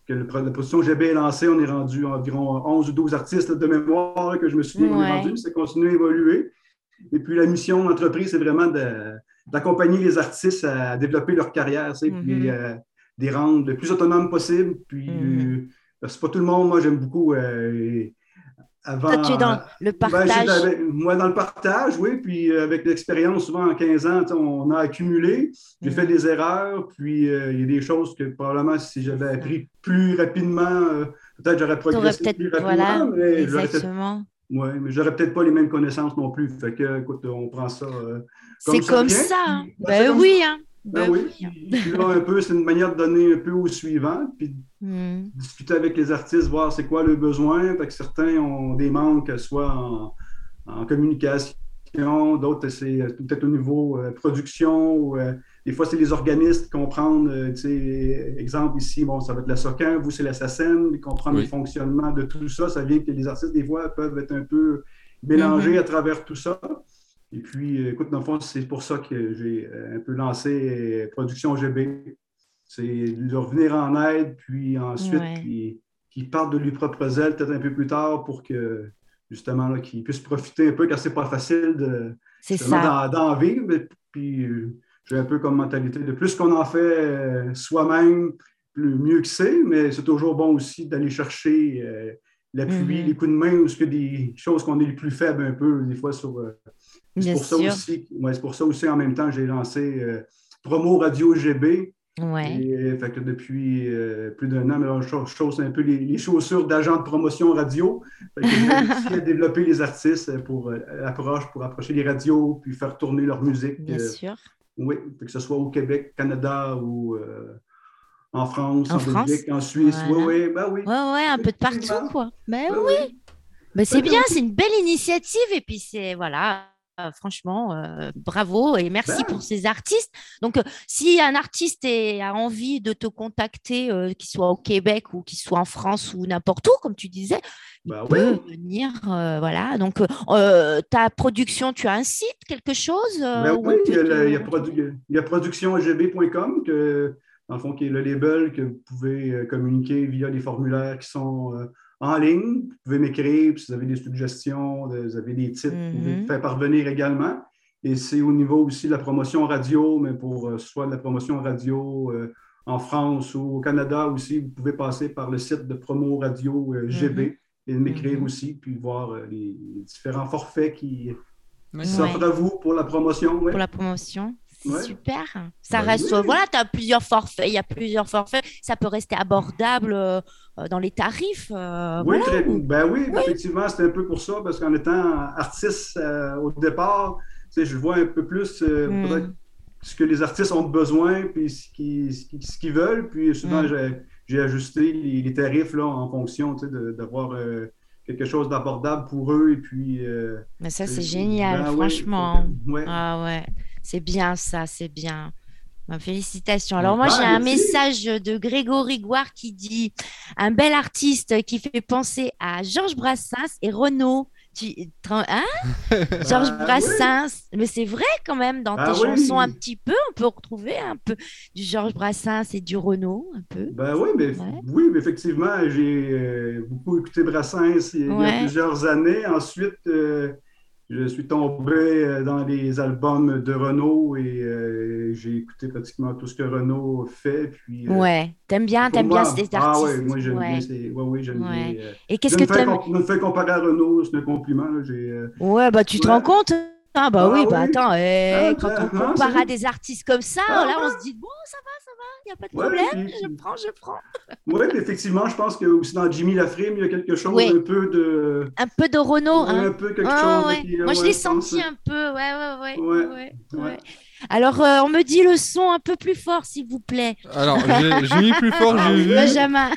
que le, la production G B est lancée, on est rendu environ onze ou douze artistes là, de mémoire là, que je me souviens qu'on Ouais. est rendu. C'est continué à évoluer. Et puis, la mission de l'entreprise, c'est vraiment de, d'accompagner les artistes à développer leur carrière, tu sais, Mhm. puis euh, de les rendre le plus autonomes possible. Puis, Mhm. euh, c'est pas tout le monde. Moi, j'aime beaucoup. Euh, avant, Toi, tu es dans le ben, partage. j'étais avec- moi, dans le partage, oui. Puis, euh, avec l'expérience, souvent en quinze ans, tu sais, on a accumulé. J'ai Mhm. fait des erreurs. Puis, euh, il y a des choses que probablement, si j'avais C'est ça. appris plus rapidement, euh, peut-être j'aurais T'aurais progressé peut-être, plus rapidement. voilà, mais j'aurais peut-être exactement. ouais, mais j'aurais peut-être pas les mêmes connaissances non plus. Fait que, écoute, on prend ça euh, C'est comme ça comme vient. ça. hein. Puis, ben, c'est Ben comme oui, ça. hein. Ben Ben oui. oui. hein. Puis, puis là, un peu, c'est une manière de donner un peu au suivant, puis Mhm. discuter avec les artistes, voir c'est quoi le besoin. Fait que certains ont des manques, soit en, en communication, d'autres, c'est peut-être au niveau euh, production. Ou, euh, des fois, c'est les organismes comprendre, euh, tu sais, exemple ici, bon, ça va être la SOCAN, vous, c'est la SACEM, comprendre Oui. le fonctionnement de tout ça. Ça vient que les artistes, des fois, peuvent être un peu mélangés Mhm. à travers tout ça. Et puis, euh, écoute, dans le fond, c'est pour ça que j'ai euh, un peu lancé euh, Production G B. C'est de leur venir en aide, puis ensuite, Ouais. qu'ils qu'ils partent de leurs propres ailes peut-être un peu plus tard pour que, justement, là, qu'ils puissent profiter un peu, car c'est pas facile de, C'est justement, ça. d'en, d'en vivre. Mais, puis, euh, j'ai un peu comme mentalité de plus qu'on en fait euh, soi-même, plus, mieux que c'est, mais c'est toujours bon aussi d'aller chercher euh, l'appui, Mhm. les coups de main, ou ce que des choses qu'on est les plus faibles un peu, des fois, sur. euh, c'est Bien pour ça sûr. aussi, ouais, c'est pour ça aussi, en même temps, j'ai lancé euh, Promo Radio G B. Ouais. Et, euh, fait que depuis euh, plus d'un an, mais là, je chausse un peu les, les chaussures d'agent de promotion radio. Fait que j'ai réussi à développer les artistes pour euh, l'approche, pour approcher les radios, puis faire tourner leur musique. Bien euh, sûr. oui, que ce soit au Québec, Canada ou euh, en France, En en, France, Belgique, en Suisse. voilà. Oui, oui, ben oui. Ouais, ouais, un peu de partout, Effectivement. quoi. Ben Ben oui. oui. Mais c'est Fait que bien, oui. c'est une belle initiative. Et puis, c'est, voilà, euh, franchement, euh, bravo et merci Ben. pour ces artistes. Donc, euh, si un artiste est- a envie de te contacter, euh, qu'il soit au Québec ou qu'il soit en France ou n'importe où, comme tu disais, il Ben peut oui. venir. euh, voilà. Donc, euh, euh, ta production, tu as un site, quelque chose euh, Ben où oui, on il y peut a, le- il y te a, produ- il y a production g b point com, que, dans le fond, qui est le label que vous pouvez euh, communiquer via les formulaires qui sont euh, en ligne. Vous pouvez m'écrire, puis si vous avez des suggestions, de- vous avez des titres, vous pouvez Mhm. me faire parvenir également. Et c'est au niveau aussi de la promotion radio, mais pour euh, soit de la promotion radio euh, en France ou au Canada aussi, vous pouvez passer par le site de Promo Radio euh, G B Mhm. et m'écrire Mhm. aussi, puis voir euh, les, les différents forfaits qui, qui D'accord. s'offrent à vous pour la promotion. Ouais. pour la promotion. C'est Ouais. super. Ça Ben reste, oui. euh, voilà, tu as plusieurs forfaits, il y a plusieurs forfaits, ça peut rester abordable euh, euh, dans les tarifs. euh, Oui, voilà. très- ben oui, Oui. effectivement, c'était un peu pour ça, parce qu'en étant artiste euh, au départ, tu sais, je vois un peu plus euh, Mm. peut-être ce que les artistes ont besoin, puis ce qu'ils ce qu'ils- ce qu'ils veulent, puis souvent Mm. j'ai, j'ai ajusté les, les tarifs là, en fonction, tu sais, de- d'avoir euh, quelque chose d'abordable pour eux, et puis... euh, Mais ça, c'est c'est- génial, ben oui, franchement. fait que, ouais. Ah ouais, c'est bien ça, c'est bien. Ben, félicitations. Alors moi, Ah, j'ai un merci. message de Grégory Gouard qui dit un bel artiste qui fait penser à Georges Brassens et Renaud. Tu, tra- hein Georges Ben Brassens, mais c'est vrai quand même, dans Ah tes oui. chansons un petit peu, on peut retrouver un peu du Georges Brassens et du Renaud, un peu. Ben oui, mais, Ouais. oui, mais effectivement, j'ai euh, beaucoup écouté Brassens il y a Ouais. plusieurs années. Ensuite, euh, je suis tombé euh, dans les albums de Renaud et euh, j'ai écouté pratiquement tout ce que Renaud fait. Puis, euh, Ouais, t'aimes bien, pour t'aimes moi- bien ces Ah artistes. ouais, moi j'aime Ouais. bien. ces- Ouais, oui, j'aime Ouais. bien. euh, Et qu'est-ce je que me fais t'aimes? com- je me fais comparer à Renaud, c'est un compliment. Là, j'ai, euh, Ouais, bah tu te Ouais. rends compte? Ah bah Ah oui, bah oui. attends, eh, Ah, quand tiens, on hein, compare c'est- à des artistes comme ça, Ah, là, on ouais. se dit, bon, ça va, ça va, il n'y a pas de Ouais, problème, puis- je prends, je prends. Oui, mais effectivement, je pense que aussi dans Jimmy Lafrime, il y a quelque chose Oui. un peu de. Un peu de Renaud, Ouais, hein. un peu quelque Ah, chose. ouais. qui- Moi, je ouais, l'ai je pense, senti un peu, ouais, ouais, ouais. Ouais, ouais, ouais. ouais. Alors, euh, on me dit le son un peu plus fort, s'il vous plaît. Alors, j'ai j'ai mis plus fort, j'ai vu. Benjamin.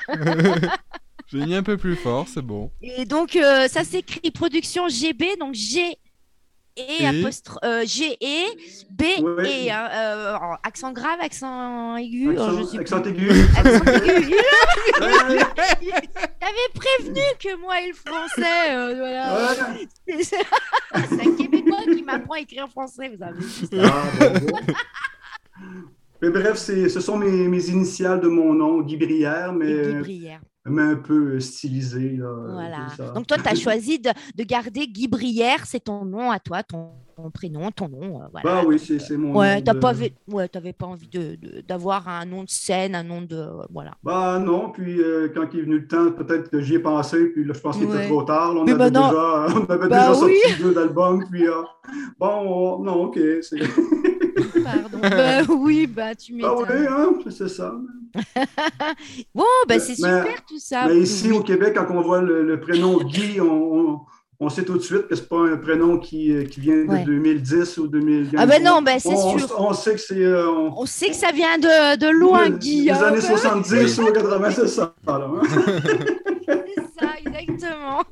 J'ai mis un peu plus fort, c'est bon. Et donc, euh, ça s'écrit production G B, donc G et Et apostro- euh, G et B Ouais. et hein, euh, en accent grave, accent aigu, euh, je Accent, sais accent plus. aigu. Accent aigu. Ouais, T'avais prévenu que moi et le français, euh, voilà. ouais. C'est c'est un Québécois qui m'apprend à écrire français, vous avez vu ça. Ah, bon, bon. Mais bref, c'est, ce sont mes, mes initiales de mon nom, Guy Brière, mais, Guy Brière. mais un peu stylisé. Là, Voilà. ça. Donc toi, tu as choisi de, de garder Guy Brière, c'est ton nom à toi, ton, ton prénom, ton nom. Euh, voilà. Ah oui, Donc, c'est, c'est mon ouais, nom. t'as de... pas, ouais, t'avais pas envie de, de, d'avoir un nom de scène, un nom de... Euh, voilà. Bah non, puis euh, quand il est venu le temps, peut-être que j'y ai pensé, puis là, je pense qu'il Ouais. était trop tard. Là, on, Mais avait maintenant- déjà, on avait Bah déjà oui. sorti deux albums, puis euh, bon, on- non, ok. C'est... Pardon. Bah oui, bah tu Ah m'étonnes. oui, hein, c'est ça. Bon, bah c'est Mais- super tout ça. Mais ici, Oui. au Québec, quand on voit le, le prénom Guy, on, on, on sait tout de suite que ce n'est pas un prénom qui, euh, qui vient de Ouais. deux mille dix ou deux mille vingt. Ah ben non, ben c'est on, sûr. On, on sait que c'est... euh, on- On sait que ça vient de, de loin, des- Guy. Des hein, années bah, soixante-dix ou quatre-vingts, c'est ça. Là, hein. C'est ça, exactement.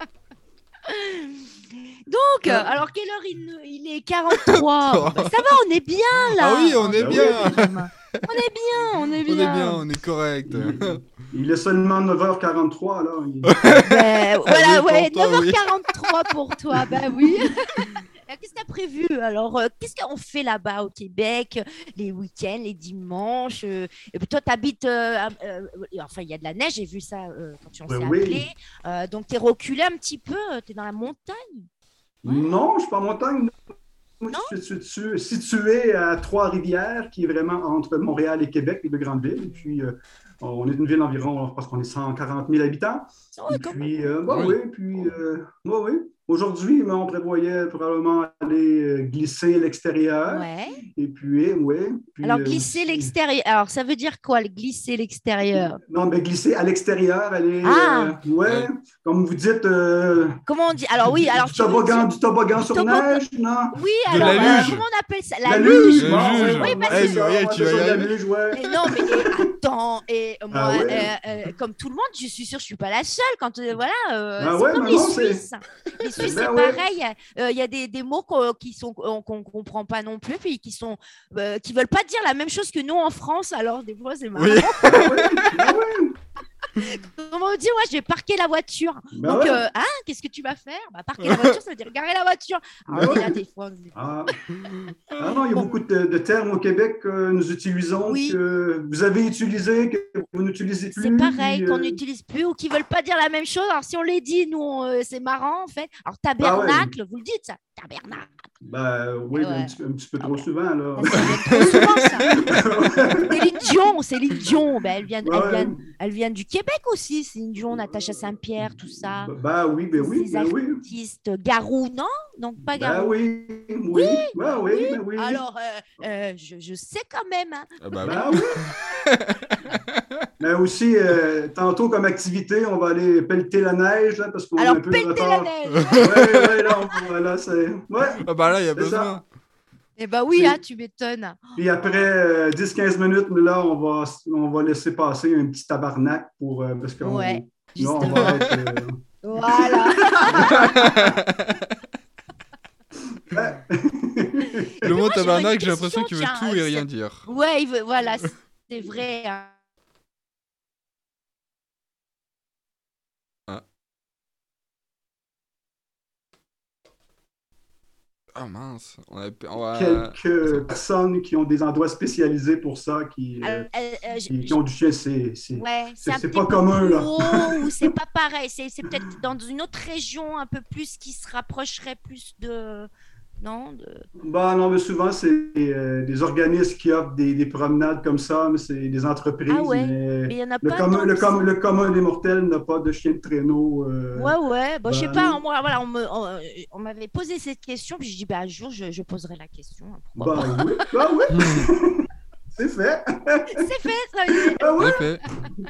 Donc, euh, alors quelle heure il, il est quarante-trois. Bah, ça va, on est bien là. Ah oui, on est Ah bien. On est bien, on est On est bien. bien, on est correct. Il est seulement neuf heures quarante-trois. Là. Il- Ben, voilà, pour ouais, toi, neuf heures oui. quarante-trois pour toi, bah oui. Alors, qu'est-ce que tu as prévu? Alors, euh, qu'est-ce qu'on fait là-bas au Québec, les week-ends, les dimanches? euh, Et puis toi, tu habites. Enfin, il y a de la neige, j'ai vu ça euh, quand tu on Ben s'est oui. appelé. Euh, donc, tu es reculé un petit peu, tu es dans la montagne. Non, je ne suis pas en montagne. Moi, Non? je suis situé, situé à Trois-Rivières, qui est vraiment entre Montréal et Québec, les deux grandes villes. Et puis, euh, on est une ville d'environ, je pense qu'on est cent quarante mille habitants. Oh, Et quand puis, euh, bah Oui. oui, puis, euh, bah oui. Aujourd'hui, ben, on prévoyait probablement aller euh, glisser à l'extérieur. Ouais. Et puis, oui. Puis, Alors, euh, glisser aussi- l'extérieur. Alors, ça veut dire quoi, le glisser l'extérieur? Non, mais glisser à l'extérieur, aller. Ah! euh, ouais, Ouais. comme vous dites. euh, Comment on dit? Alors, oui, alors. du, tu veux toboggan, dire- du toboggan sur Toboggan. neige, non? Oui, De alors, la euh, luge. comment on appelle ça? La, La luge. luge. Le bon, juge. ouais, Oui, ouais, parce c'est que- ça, Muriel, ouais, tu c'est vas ça, y la arriver. luge, ouais. Mais non, mais eh, attends, et moi, Ah ouais. euh, euh, comme tout le monde, je suis sûre, je suis pas la seule. Quand euh, voilà, euh, Ah c'est ouais, comme mais les non, c'est- Suisses. Les Suisses, Ben c'est ouais. pareil. euh, Il y a des, des mots qu'on qui sont qu'on qu'on comprend pas non plus, puis qui sont euh, qui veulent pas dire la même chose que nous en France. Alors des fois, c'est marrant. Oui. Ah ouais, ah ouais. Comment on dit, ouais, je vais parquer la voiture. Ben Donc, ouais. euh, hein, qu'est-ce que tu vas faire? Bah, parquer la voiture, ça veut dire garer la voiture. Alors, Ben on est ouais. là, des fois, on dit, Ah. Ah non, il y a beaucoup de, de termes au Québec que nous utilisons, Oui. que vous avez utilisé, que vous n'utilisez plus. c'est pareil, puis, qu'on euh, n'utilise plus ou qui veulent pas dire la même chose. Alors, si on les dit, nous, on, euh, c'est marrant, en fait. Alors, Ah tabernacle, vous le dites, ça, tabernacle. Ben oui, Ouais. mais un, petit, un petit peu trop souvent, là. Ça, ça vient trop souvent, ça. Céline Dion, Céline Dion, ben, elle, vient, Ouais. elle, vient, elle vient du Québec aussi, Céline Dion, Natacha Saint-Pierre, tout ça. Ben oui, ben oui, Ces ben oui. artistes, Garou, non? Donc, pas Ben Garou. oui, oui, ben oui, ben oui. Alors, euh, euh, je, je sais quand même. Hein. Ah bah oui. Ben oui. Mais aussi, euh, tantôt comme activité, on va aller pelleter la neige, là, parce qu'on a Alors, un peu de pelleter la retard. neige. Oui, oui, là, on, voilà, c'est... Ouais. Ah bah là, il y a C'est ça. besoin. Eh ben oui, C'est- hein, tu m'étonnes. Puis après euh, dix à quinze minutes, mais là, on va, on va laisser passer un petit tabarnak pour... euh, parce qu'on Ouais, là, on justement. va être... euh, Voilà. ouais. Le mot moi, j'aurais tabarnak, une j'ai l'impression question, qu'il veut tiens, tout et euh, rien c'est- dire. Ouais, il veut- voilà, c'est vrai. Hein. Ah mince. On a... on va- Quelques personnes qui ont des endroits spécialisés pour ça, qui, euh, Euh, euh, j- qui, qui ont du chien, c'est... c'est- Ouais, c'est- c'est un c'est petit pas peu commun, là. plus haut, ou c'est pas pareil. C'est c'est peut-être dans une autre région un peu plus qui se rapprocherait plus de. Non de... Bah non, mais souvent, c'est euh, des organismes qui offrent des, des promenades comme ça, mais c'est des entreprises. Ah ouais, mais Mais il y en a le, pas. commun, tant le, que com- ça. le commun des mortels n'a pas de chien de traîneau. euh, Ouais, ouais. Bon, je sais bah, pas. non. Moi, voilà, on me- on, on m'avait posé cette question, puis je dis, bah, un jour, je, je poserai la question. hein, pourquoi Bah oui, bah oui, c'est fait. pas. C'est fait, ça y est. Ah ouais. En effet.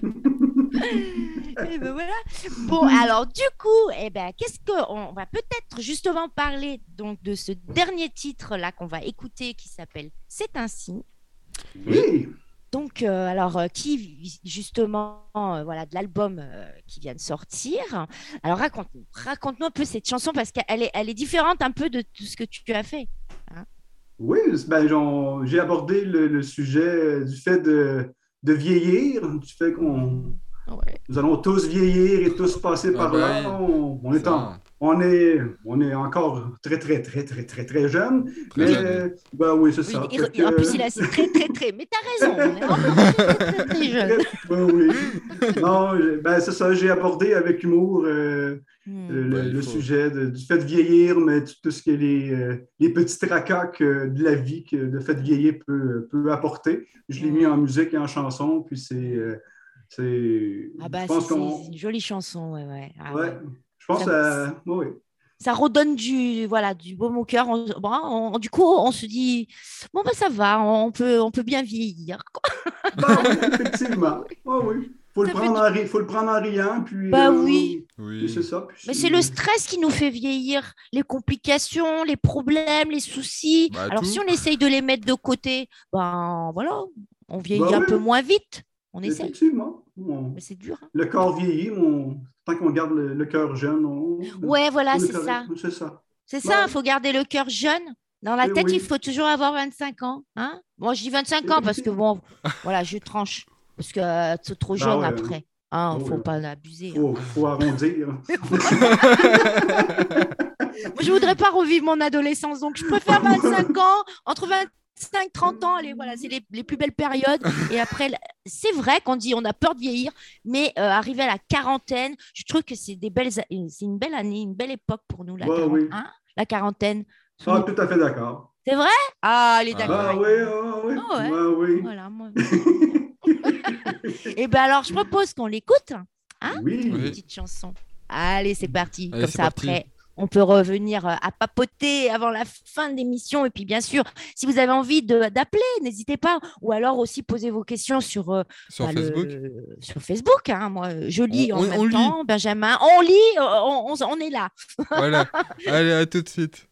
Eh ben voilà. Bon, alors du coup, eh ben, qu'est-ce que on va peut-être justement parler donc de ce dernier titre là qu'on va écouter qui s'appelle C'est ainsi. Oui. Donc, euh, alors, euh, qui justement, euh, voilà, de l'album euh, qui vient de sortir. Alors, raconte-nous, raconte-nous un peu cette chanson parce qu'elle est, elle est différente un peu de tout ce que tu as fait. Oui, ben, j'en- j'ai abordé le, le sujet du fait de, de vieillir, du fait qu'on Ouais. nous allons tous vieillir et tous passer Ah par ben, là. On, on est en, Ça. on est, on est encore très, très, très, très, très, très jeune. Très mais, jeune. ben oui, c'est Oui, ça. et- Fait et en que- plus, il a c'est très, très, très. Mais t'as raison, on est encore très, très, très jeune. Ben oui. Non, je- ben c'est ça, j'ai abordé avec humour euh, Hmm. le, Ben, il le faut. sujet de- du fait de vieillir, mais tout, tout ce qui est les, euh, les petits tracas que- de la vie que le fait de vieillir peut, peut apporter. Je l'ai mis en musique et en chanson, puis c'est... euh, c'est Ah bah, je c'est pense c'est qu'on... une jolie chanson, ouais, ouais. Ah Ouais, ouais. je pense Ça, à... Oui, ça redonne du, voilà, du baume au cœur. On- bon, on- du coup, on se dit, bon, bah, ça va, on peut, on peut bien vieillir, quoi. ben oui, effectivement. Ah oui. Faut le Ça fait prendre du- en ri- faut le prendre en riant, puis... Bah euh, oui. puis c'est Oui. ça. Puis Mais c'est le stress qui nous fait vieillir, les complications, les problèmes, les soucis. Bah, Alors, tout. si on essaye de les mettre de côté, ben voilà, on vieillit Bah un oui. peu moins vite. On essaye, Effectivement. On- mais c'est dur, hein. Le corps vieillit, on- tant qu'on garde le, le cœur jeune, on, Ouais, voilà, on est c'est correct. ça. C'est ça. C'est ça, il Ouais. faut garder le cœur jeune. Dans la Eh tête, oui. il faut toujours avoir vingt-cinq ans. Hein. Moi, je dis vingt-cinq ans parce que, bon, voilà, je tranche. Parce que euh, c'est trop Bah jeune ouais. après. Il ne Oh, faut ouais. pas l'abuser. Il hein. faut, faut arrondir. Moi, je ne voudrais pas revivre mon adolescence. Donc, je préfère vingt-cinq ans, entre vingt-cinq trente ans. Allez, voilà, c'est les, les plus belles périodes. Et après, la- c'est vrai qu'on dit on a peur de vieillir, mais euh, arrivé à la quarantaine, je trouve que c'est des belles, a- c'est une belle année, une belle époque pour nous, la, Ouais, quarante- oui. hein, la quarantaine. Ah, tout à fait d'accord. C'est vrai? Ah, elle est Ah. d'accord. Ah avec oui, moi. ah oui. Ah ouais. Ouais, oui. Voilà, moi. Et ben alors, je propose qu'on l'écoute, hein, Oui. une Oui. petite chanson. Allez, c'est parti. Allez, Comme c'est ça, parti. après, on peut revenir euh, à papoter avant la fin de l'émission. Et puis, bien sûr, si vous avez envie de- d'appeler, n'hésitez pas. Ou alors aussi poser vos questions sur, euh, Sur bah, le- Facebook. sur Facebook. Hein. Moi, je lis On- en on- même on lit. temps. Benjamin, on lit, euh, on, on- on est là. Voilà. Allez, à tout de suite.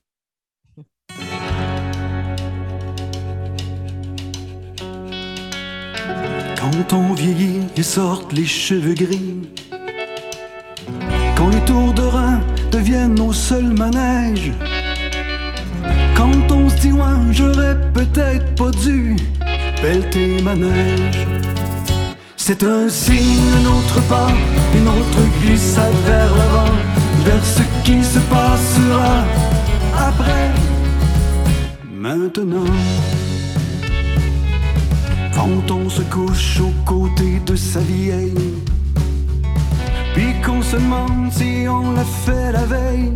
Quand on vieillit et sortent les cheveux gris, quand les tours de rein deviennent nos seuls manèges, quand on se dit ouais, j'aurais peut-être pas dû pelleter ma neige, c'est un signe, un autre pas, une autre glissade vers l'avant, vers ce qui se passera après, maintenant. Quand on se couche aux côtés de sa vieille, puis qu'on se demande si on l'a fait la veille,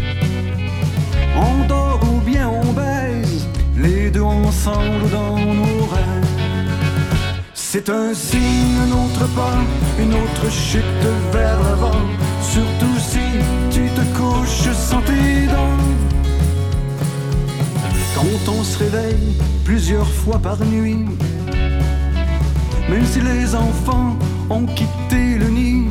on dort ou bien on baise, les deux ensemble dans nos rêves. C'est un signe, un autre pas, une autre chute vers l'avant, surtout si tu te couches sans tes dents. Quand on se réveille plusieurs fois par nuit, même si les enfants ont quitté le nid,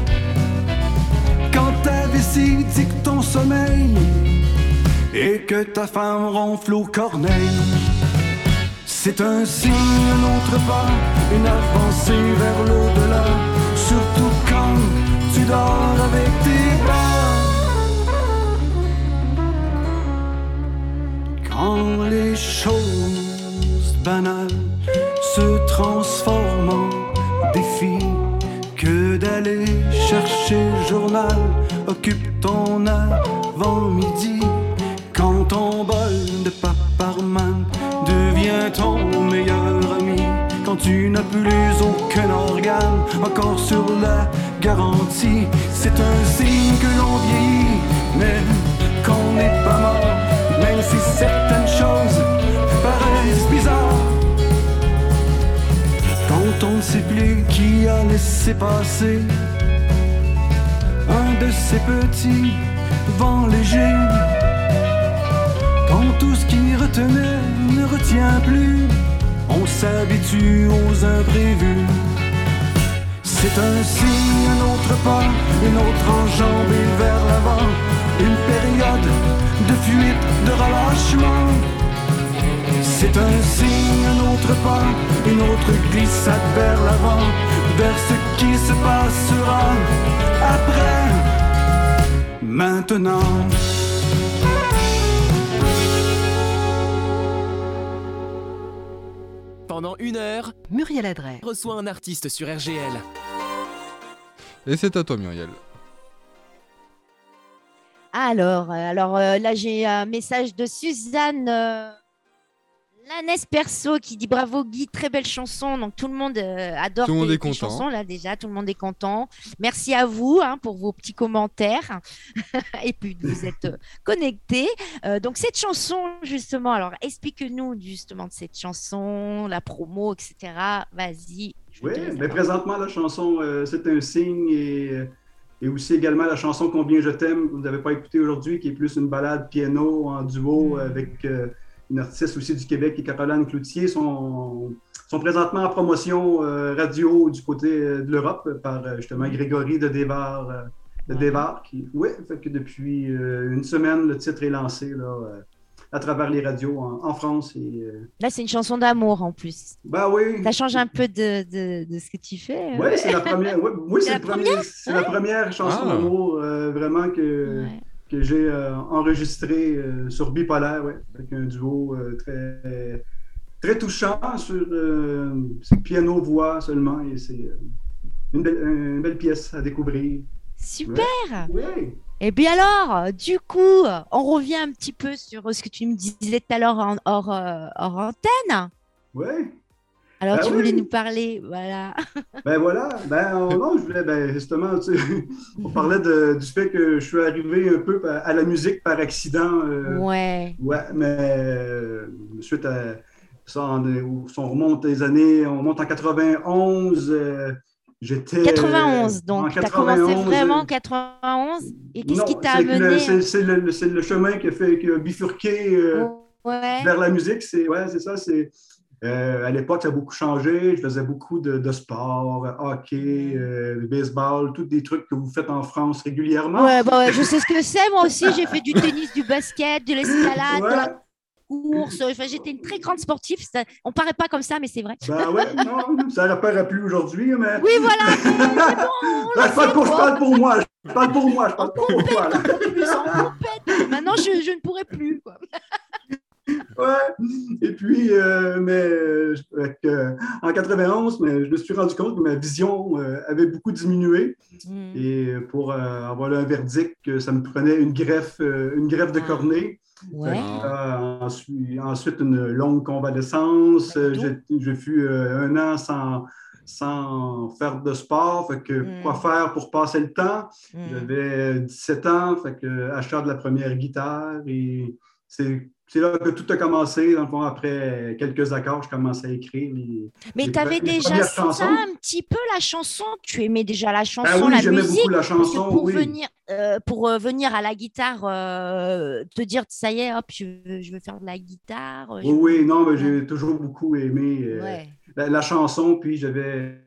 quand ta vessie dicte ton sommeil et que ta femme ronfle au corneille, c'est un signe, un autre pas, une avancée vers l'au-delà, surtout quand tu dors avec tes bras. Quand les choses banales se transforment en défi, que d'aller chercher le journal occupe ton avant-midi. Quand ton bol de paparman devient ton meilleur ami, quand tu n'as plus aucun organe encore sur la garantie, c'est un signe que l'on vieillit, même qu'on n'est pas mort, même si certaines choses paraissent bizarres. Quand on ne sait plus qui a laissé passer un de ces petits vents légers, quand tout ce qui retenait ne retient plus, on s'habitue aux imprévus. C'est un signe, un autre pas, une autre enjambée vers l'avant, une période de fuite, de relâchement. C'est un signe, un autre pas, une autre glissade vers l'avant, vers ce qui se passera après, maintenant. Pendant une heure, Muriel Adret. reçoit un artiste sur R G L. Et c'est à toi, Muriel. Alors, euh, alors euh, là, j'ai un message de Suzanne euh, Lanès Perso qui dit bravo Guy, très belle chanson. Donc tout le monde euh, adore Tout le monde tes, est tes content. chansons là déjà, tout le monde est content. Merci à vous hein, pour vos petits commentaires et puis de vous êtes euh, connectés. Euh, donc cette chanson justement, alors explique-nous justement de cette chanson, la promo, et cetera. Vas-y. je Oui, te laisse la mais parole. présentement, la chanson euh, C'est un signe et, et aussi également la chanson Combien je t'aime, que vous n'avez pas écouté aujourd'hui, qui est plus une balade piano en duo Mm. avec euh, une artiste aussi du Québec, qui est Caroline Cloutier, sont, sont présentement en promotion euh, radio du côté euh, de l'Europe par euh, justement Grégory de Desvar. euh, de Ouais. Desvar qui, oui, fait que depuis euh, une semaine, le titre est lancé là, euh, à travers les radios en, en France. Et, euh, Là, c'est une chanson d'amour en plus. ben oui. Ça change un peu de, de, de ce que tu fais. euh. Oui, c'est la première. Ouais, oui, C'est c'est la le premier- c'est la première chanson Ah. d'amour euh, vraiment que, Ouais. que j'ai euh, enregistrée euh, sur Bipolaire, ouais, avec un duo euh, très, très touchant sur euh, c'est piano-voix seulement. Et c'est euh, une, belle, une belle pièce à découvrir. Super. Oui, Et bien alors, du coup, on revient un petit peu sur ce que tu me disais tout à l'heure en- hors, euh, hors antenne. oui. Alors, Ben tu oui. voulais nous parler, voilà. Ben voilà, ben on- non, je voulais, ben justement, tu sais, on parlait de- du fait que je suis arrivé un peu à la musique par accident. euh, Ouais. Ouais, mais euh, suite à ça, on, on remonte les années, on monte en quatre-vingt-onze. euh, j'étais. quatre-vingt-onze, en donc tu as quatre-vingt-onze, commencé vraiment en euh, quatre-vingt-onze. Et qu'est-ce non, qui t'a c'est que le- amené? c'est c'est le, c'est le chemin qui a fait qui a bifurqué euh, Ouais. vers la musique. C'est ouais, c'est ça. C'est euh, à l'époque, ça a beaucoup changé. Je faisais beaucoup de, de sport, hockey, euh, baseball, tous des trucs que vous faites en France régulièrement. Ouais, bah ouais, je sais ce que c'est. Moi aussi, j'ai fait du tennis, du basket, de l'escalade, de la Ouais. course. Enfin, j'étais une très grande sportive. Ça, on paraît pas comme ça, mais c'est vrai. Ben ouais, non, ça n'aurait pas plus aujourd'hui, mais. Oui, voilà. Mais c'est bon, on Ben, le je, parle sait, pour, je quoi. parle pour moi. Je parle pour moi. Je En parle pas pour toi. là. Plus en compète. Maintenant, je, je ne pourrais plus. Quoi. Ouais. Et puis, euh, mais, euh, avec, euh, en quatre-vingt-onze, mais je me suis rendu compte que ma vision euh, avait beaucoup diminué. Mm. Et pour euh, avoir un verdict, que ça me prenait une greffe, euh, une greffe de Ah. cornée. Ouais. Fait que là, ensuite, ensuite, une longue convalescence. Ben, Euh, J'ai j'ai fui euh, un an sans, sans faire de sport. Fait que Mm. quoi faire pour passer le temps? Mm. J'avais dix-sept ans, fait que achat de la première guitare. Et c'est c'est là que tout a commencé. Dans le fond, après quelques accords, je commençais à écrire. Les, Mais les tu avais pre- les déjà premières ça chansons. un petit peu la chanson. Tu aimais déjà la chanson, Ah oui, la j'aimais musique. beaucoup la Parce que chanson, pour oui. venir, euh, pour euh, venir à la guitare, euh, te dire ça y est, hop, je veux, je veux faire de la guitare. euh, je Oui, veux- oui, non, mais j'ai toujours beaucoup aimé euh, Ouais. la, la chanson. Puis j'avais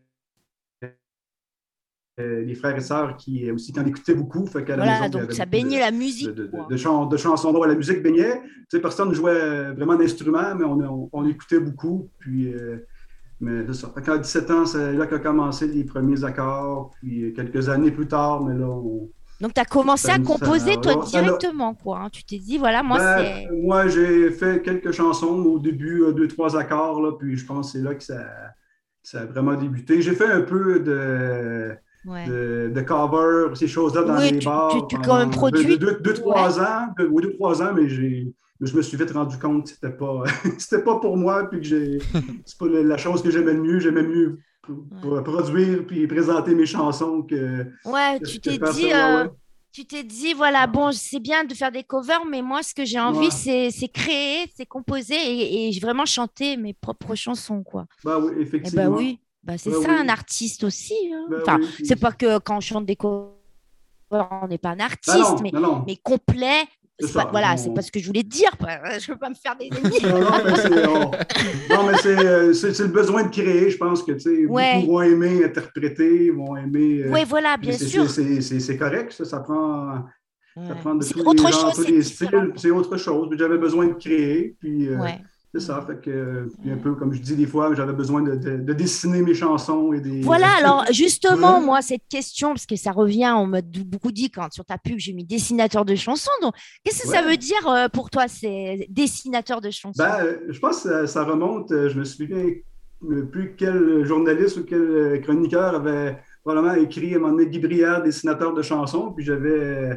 euh, les frères et sœurs qui euh, aussi qui en écoutaient beaucoup. Fait qu'à la Voilà, maison, il y donc avait ça beaucoup baignait de- la de, musique. de, de, quoi. de chan- de chansons drôles. La musique baignait. Tu sais, personne ne jouait vraiment d'instrument, mais on, on, on écoutait beaucoup. Puis, euh, mais c'est ça. Fait qu'à dix-sept ans, c'est là qu'a commencé les premiers accords. Puis euh, quelques années plus tard, mais là, on, Donc tu as commencé Ça à me- ça- composer toi alors, ça l'a- directement, quoi. hein. Tu t'es dit, voilà, moi Ben, c'est. moi, j'ai fait quelques chansons au début, euh, deux, trois accords, là, puis je pense que c'est là que ça, ça a vraiment débuté. J'ai fait un peu de, Ouais. de, de cover, ces choses-là dans Oui, les tu- bars. tu- tu pendant quand même produis. Deux, deux, deux, trois ans, deux, oui, deux, trois ans, mais j'ai, je me suis vite rendu compte que c'était pas, c'était pas pour moi, puis que j'ai, c'est pas la, la chose que j'aimais le mieux. J'aimais mieux pour, pour produire puis présenter mes chansons que. Ouais, que- tu que t'es faire dit, ça, ouais, euh, ouais. tu t'es dit, voilà, bon, c'est bien de faire des covers, mais moi, ce que j'ai envie, Ouais. c'est, c'est créer, c'est composer et, et vraiment chanter mes propres chansons, quoi. Ben oui, Eh effectivement. ben oui, bah, c'est Ben ça, oui. un artiste aussi. hein. Ben Enfin, oui, puis- c'est pas que quand on chante des covers, on n'est pas un Ben artiste, non, mais, non, non. mais complet. C'est C'est pas- ça, voilà, on- c'est pas ce que je voulais te dire. pas- Je veux pas me faire des ennemis. Non, non, mais c'est, on- non, mais c'est, euh, c'est- c'est le besoin de créer. Je pense que tu sais, Ouais. beaucoup vont aimer interpréter, vont aimer. euh, Oui, voilà, bien c'est, sûr. c'est, c'est, c'est, c'est correct, ça. Ça prend, ça Ouais. prend de C'est tous autre les genres, chose, tous c'est les différent. styles. C'est autre chose. Mais j'avais besoin de créer. Puis, euh, Ouais. c'est ça. Fait que, puis un peu comme je dis des fois, j'avais besoin de, de, de dessiner mes chansons et des. Voilà, alors justement, Ouais. moi, cette question, parce que ça revient, on m'a d- beaucoup dit quand sur ta pub, j'ai mis dessinateur de chansons. Donc, qu'est-ce que ça Ouais. veut dire euh, pour toi, c'est dessinateur de chansons? Ben, euh, je pense que ça, ça remonte, euh, je me souviens euh, plus quel journaliste ou quel euh, chroniqueur avait probablement écrit à un moment donné Guy Brière, dessinateur de chansons, puis j'avais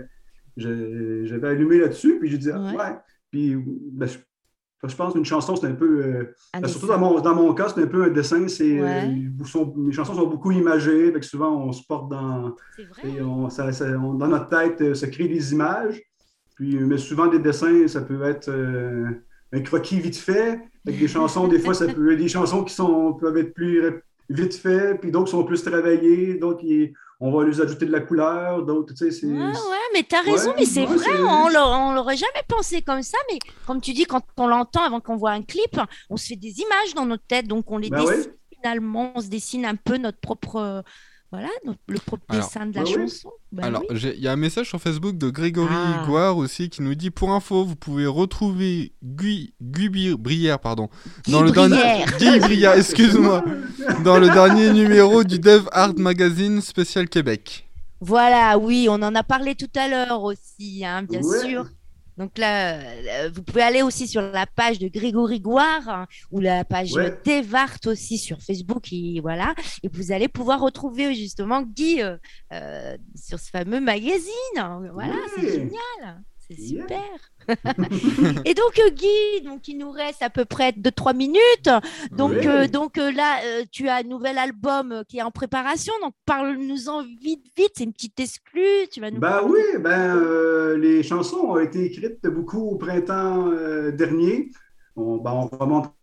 je- j'avais allumé là-dessus, puis j'ai dit, ah, Ouais. ouais. Puis, ben, je, je pense qu'une chanson, c'est un peu. euh, Un ben, surtout dessin. dans mon, dans mon cas, c'est un peu un dessin. C'est, euh, Ouais. ils sont- mes chansons sont beaucoup imagées, fait que souvent, on se porte dans. C'est vrai. Et hein. on, ça- ça- on- dans notre tête, euh, se crée des images. Puis, euh, mais souvent, des dessins, ça peut être euh, un croquis vite fait. Avec des chansons, des fois, ça peut des chansons qui sont, peuvent être plus rap- vite fait, puis d'autres sont plus travaillées, d'autres, ils- on va lui ajouter de la couleur, d'autres, tu sais, c'est... Ouais, ouais, mais t'as raison, Ouais, mais c'est ouais, vrai, c'est- on l'a- on l'aurait jamais pensé comme ça, mais comme tu dis, quand on l'entend avant qu'on voit un clip, on se fait des images dans notre tête, donc on les Ben dessine oui. finalement, on se dessine un peu notre propre, euh, voilà, notre- le propre Alors, dessin de la ouais, oui. chanson. Ben Alors, oui. j'ai- il y a un message sur Facebook de Grégory Ah. Gouard aussi qui nous dit pour info, vous pouvez retrouver Guy, Guy Bi- Brière, pardon, Guy dans le Brière. dernier Guy Brière, excuse-moi, dans le dernier numéro du Dev Art Magazine spécial Québec. Voilà, oui, on en a parlé tout à l'heure aussi, hein, bien Ouais. sûr. Donc là, euh, vous pouvez aller aussi sur la page de Grégory Gouard hein, ou la page Ouais. Devart aussi sur Facebook et voilà, et vous allez pouvoir retrouver justement Guy euh, euh, sur ce fameux magazine. Voilà, c'est Ouais. génial, c'est Yeah. super. Et donc euh, Guy, donc il nous reste à peu près deux trois minutes. Donc Ouais. euh, donc euh, là, euh, tu as un nouvel album euh, qui est en préparation. Donc parle-nous-en vite vite. C'est une petite exclue. Tu vas nous Ben parler oui, ben, euh, les chansons ont été écrites beaucoup au printemps euh, dernier. On, ben, on remonte.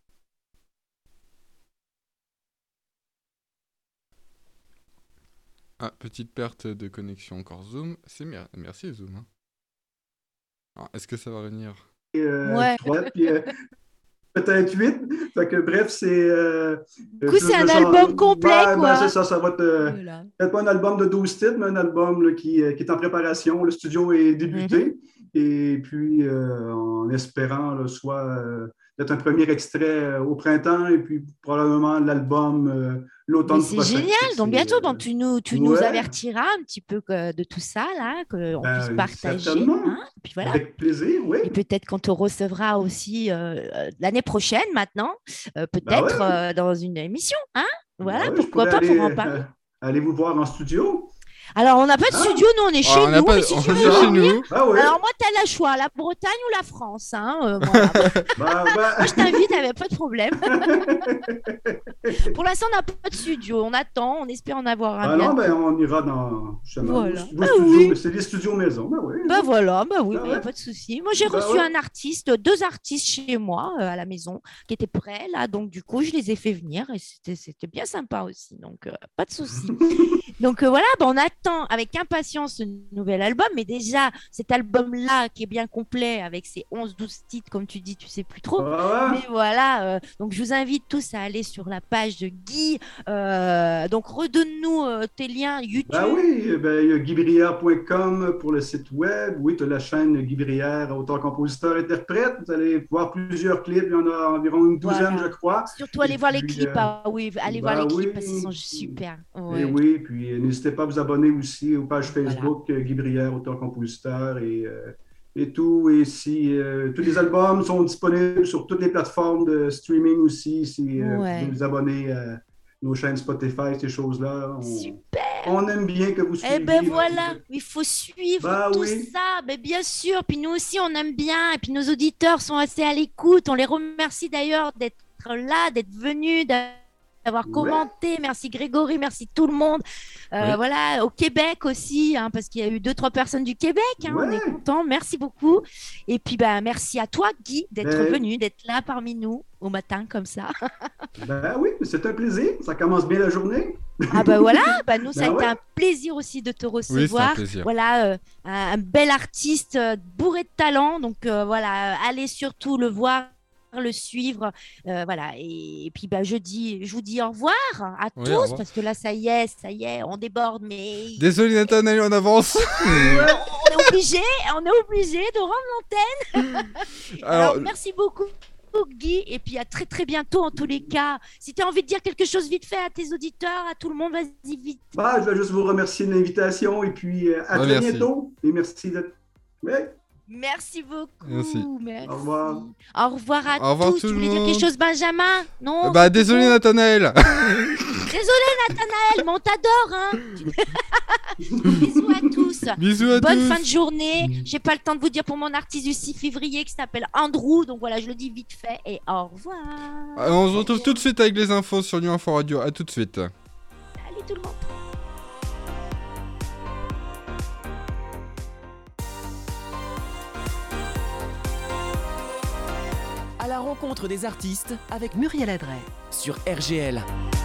Ah, petite perte de connexion encore Zoom. C'est mer- merci Zoom. hein. Alors, est-ce que ça va revenir? Euh, Ouais. trois, puis, euh, peut-être huit. Fait que, bref, c'est. Euh, Du coup, euh, c'est je- un je- album complet, ouais, ben, quoi. c'est ça, ça va être. euh, Voilà. peut-être pas un album de douze titres, mais un album là, qui, euh, qui est en préparation. Le studio est débuté. Et puis, euh, en espérant là, soit euh, peut-être un premier extrait euh, au printemps et puis probablement l'album euh, l'automne Mais c'est prochain. génial. Donc C'est, bientôt, euh, donc, tu nous, tu nous ouais. avertiras un petit peu que- de tout ça, là, qu'on Ben, puisse partager. certainement. hein. Et puis voilà. Avec plaisir, oui. Et peut-être qu'on te recevra aussi euh, euh, l'année prochaine, maintenant, euh, peut-être Ben ouais. euh, dans une émission. Hein voilà, Ben oui, je pourquoi pourrais pas aller, pour en parler. euh, allez vous voir en studio. Alors, on n'a pas de Ah. studio, nous, on est chez Ah, on n'a nous. pas- mais si on tu est veux chez venir- nous. Ah oui. Alors, moi, tu as le choix, la Bretagne ou la France. Hein, euh, voilà. Ben, ben- Moi, je t'invite, avec pas de problème. Pour l'instant, on n'a pas de studio. On attend, on espère en avoir un Ah non, bientôt. ben, on ira dans justement, Voilà. vos- vos Ah studios, oui. mais c'est des studios maison. Ben oui. Ben voilà, ben oui, Ah il n'y a ouais. pas de souci. Moi, j'ai Ben reçu ouais. un artiste, deux artistes chez moi euh, à la maison qui étaient prêts là, donc du coup, je les ai fait venir et c'était c'était bien sympa aussi, donc euh, pas de souci. Donc euh, voilà, ben, on attend avec impatience ce nouvel album, mais déjà cet album-là qui est bien complet avec ses onze douze titres, comme tu dis, tu sais plus trop. Ah ouais. Mais voilà, euh, donc je vous invite tous à aller sur la page de Guy. Euh, donc redonne-nous euh, tes liens YouTube. Ben oui, ben, il y a guy brière point com pour le site web. Oui, tu as la chaîne Guy Brière, auteur, compositeur, interprète. Vous allez voir plusieurs clips. Il y en a environ une douzaine, Voilà. je crois. Surtout allez Et voir les puis, clips. euh, Ah oui, allez voir ben les clips oui. parce qu'ils sont super. Et Ouais. oui, puis euh, n'hésitez pas à vous abonner aussi aux pages Voilà. Facebook euh, Guy Brière, auteur, compositeur et, euh, et tout. Et si euh, tous les albums sont disponibles sur toutes les plateformes de streaming aussi, si euh, Ouais. vous voulez vous abonner à nos chaînes Spotify, ces choses-là. On, Super. on aime bien que vous suiviez. Eh ben donc, voilà, euh, il faut suivre Bah tout oui. ça. Mais bien sûr, puis nous aussi on aime bien. Et puis nos auditeurs sont assez à l'écoute. On les remercie d'ailleurs d'être là, d'être venus, d'avoir Ouais. commenté. Merci Grégory, merci tout le monde. Euh, Oui. Voilà, au Québec aussi, hein, parce qu'il y a eu deux, trois personnes du Québec. Hein, On Ouais. est contents. Merci beaucoup. Et puis ben, merci à toi, Guy, d'être Ben- venu, d'être là parmi nous au matin comme ça. Ben oui, c'est un plaisir. Ça commence bien la journée. Ah ben voilà, ben nous ça a Ben été ouais. un plaisir aussi de te Oui, c'est recevoir. un plaisir. Voilà, euh, un, un bel artiste euh, bourré de talent. Donc euh, voilà, euh, allez surtout le voir, le suivre. Euh, voilà, et, et puis bah, je, dis, je vous dis au revoir à Oui, tous, au revoir. parce que là, ça y est, ça y est, on déborde, mais Désolé Nathanaël, on avance. on est obligé, on est obligé de rendre l'antenne. Alors, Alors, merci beaucoup. Guy, et puis à très très bientôt en tous les cas. Si tu as envie de dire quelque chose vite fait à tes auditeurs, à tout le monde, vas-y vite. Ben, je vais juste vous remercier de l'invitation et puis euh, à Ben, très merci. bientôt. Et merci d'être. Ouais. Merci beaucoup. Merci. Merci. Au revoir. Au revoir à Au revoir tous. tout Tu le voulais dire monde. quelque chose, Benjamin? Non. Bah désolé Nathanaël. Désolé, Nathanaël, mais on t'adore, hein. Bisous à tous. Bisous à Bonne tous. fin de journée. J'ai pas le temps de vous dire pour mon artiste du six février qui s'appelle Andrew. Donc voilà, je le dis vite fait et au revoir. Ah, on se retrouve tout de suite avec les infos sur Lyon Info Radio. À tout de suite. Salut tout le monde. À la rencontre des artistes avec Muriel Adret. sur R G L.